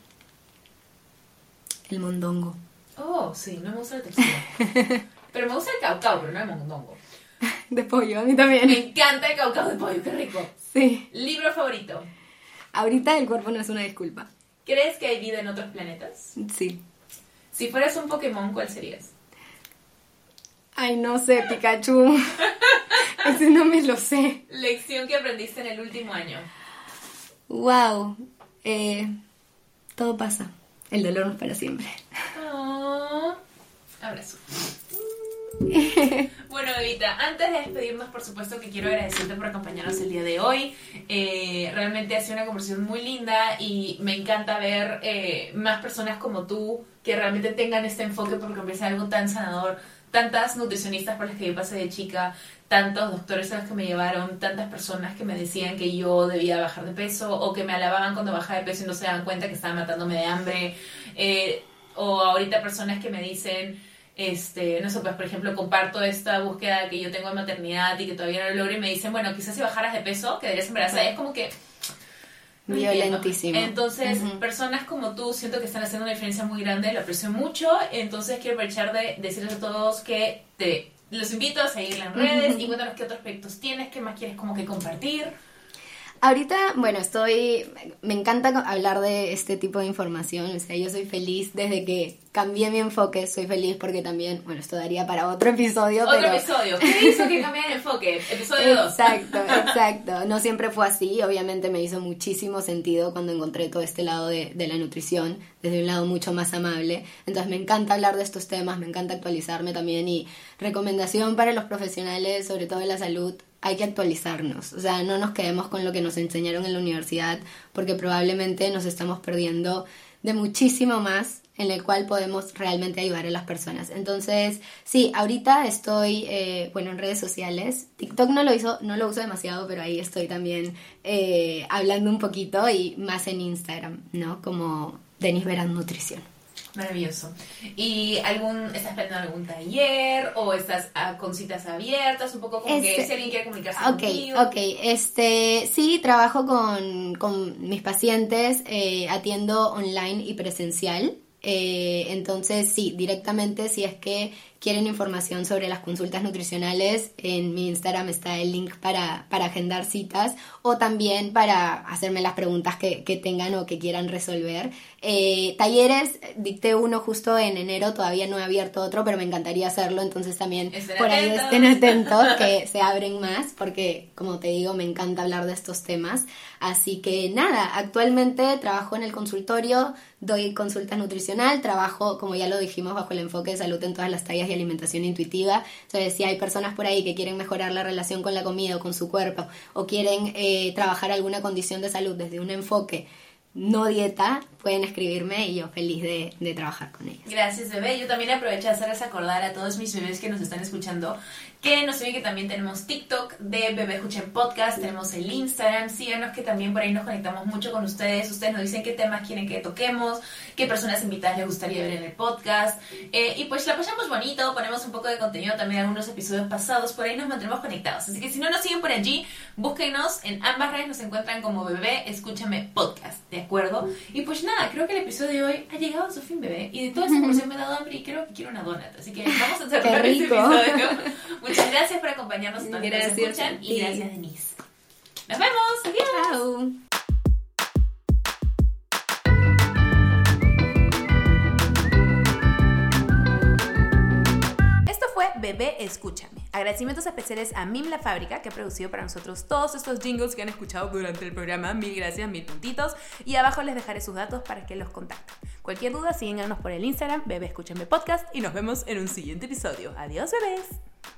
mondongo. Oh, sí, no me gusta la textura. Pero me gusta el caucao, pero no el mondongo. De pollo, a mí también. Me encanta el caucao de pollo, qué rico. Sí. ¿Libro favorito? Ahorita el cuerpo no es una disculpa. ¿Crees que hay vida en otros planetas? Sí. Si fueras un Pokémon, ¿cuál serías? Ay, no sé, Pikachu. Ese no me lo sé. Lección que aprendiste en el último año. Wow. Todo pasa. El dolor no es para siempre. Oh, abrazo. Bueno, Evita, antes de despedirnos, por supuesto que quiero agradecerte por acompañarnos el día de hoy. Realmente ha sido una conversación muy linda y me encanta ver más personas como tú que realmente tengan este enfoque porque me parece algo tan sanador. Tantas nutricionistas por las que yo pasé de chica, tantos doctores a los que me llevaron, tantas personas que me decían que yo debía bajar de peso o que me alababan cuando bajaba de peso y no se daban cuenta que estaba matándome de hambre. O ahorita personas que me dicen... no sé, pues por ejemplo comparto esta búsqueda que yo tengo de maternidad y que todavía no lo logro y me dicen, bueno, quizás si bajaras de peso quedarías embarazada. Es como que no violentísimo. entiendo. Entonces, personas como tú siento que están haciendo una diferencia muy grande, lo aprecio mucho. Entonces quiero aprovechar de decirles a todos que los invito a seguirla en redes y cuéntanos qué otros proyectos tienes, qué más quieres como que compartir. Ahorita, bueno, me encanta hablar de este tipo de información, o sea, yo soy feliz desde que cambié mi enfoque, soy feliz porque también, bueno, esto daría para otro episodio. Episodio, ¿qué hizo que cambiara el enfoque? Episodio 2. Exacto, no siempre fue así, obviamente me hizo muchísimo sentido cuando encontré todo este lado de la nutrición, desde un lado mucho más amable, entonces me encanta hablar de estos temas, me encanta actualizarme también y recomendación para los profesionales, sobre todo en la salud, hay que actualizarnos, o sea, no nos quedemos con lo que nos enseñaron en la universidad porque probablemente nos estamos perdiendo de muchísimo más en el cual podemos realmente ayudar a las personas. Entonces, sí, ahorita estoy, en redes sociales. TikTok no lo uso demasiado, pero ahí estoy también hablando un poquito y más en Instagram, ¿no? Como Denise Verán Nutrición. Maravilloso. ¿Y estás planeando algún taller o estás con citas abiertas? Un poco como que si alguien quiere comunicarse contigo. Sí, trabajo con mis pacientes, atiendo online y presencial. Entonces, sí, directamente si es que quieren información sobre las consultas nutricionales, en mi Instagram está el link para agendar citas o también para hacerme las preguntas que tengan o que quieran resolver. Talleres, dicté uno justo en enero, todavía no he abierto otro, pero me encantaría hacerlo, entonces también ahí estén atentos que se abren más, porque como te digo, me encanta hablar de estos temas. Así que nada, actualmente trabajo en el consultorio, doy consulta nutricional, trabajo, como ya lo dijimos, bajo el enfoque de salud en todas las tallas y alimentación intuitiva. Entonces, si hay personas por ahí que quieren mejorar la relación con la comida o con su cuerpo, o quieren trabajar alguna condición de salud desde un enfoque no dieta, pueden escribirme y yo feliz de trabajar con ellos. Gracias, bebé. Yo también aprovecho de hacerles acordar a todos mis bebés que nos están escuchando que nos siguen, que también tenemos TikTok de Bebé Escuchen Podcast, tenemos el Instagram, síganos que también por ahí nos conectamos mucho con ustedes. Ustedes nos dicen qué temas quieren que toquemos, qué personas invitadas les gustaría ver en el podcast, y pues la pasamos bonito, ponemos un poco de contenido también en algunos episodios pasados, por ahí nos mantenemos conectados. Así que si no nos siguen por allí, búsquenos en ambas redes, nos encuentran como Bebé Escúchame Podcast, ¿de acuerdo? Y pues nada, creo que el episodio de hoy ha llegado a su fin, bebé, y de toda esta conversación me ha dado hambre y creo que quiero una donut, así que vamos a cerrar este episodio. Muchas gracias por acompañarnos en donde nos escuchan y gracias, Denise. Nos vemos, adiós. Chao. Esto fue Bebé Escúchame. Agradecimientos especiales a Mim La Fábrica, que ha producido para nosotros todos estos jingles que han escuchado durante el programa. Mil gracias, mil puntitos. Y abajo les dejaré sus datos para que los contacten. Cualquier duda, síganos por el Instagram, Bebé Escúchame Podcast, y nos vemos en un siguiente episodio. Adiós, bebés.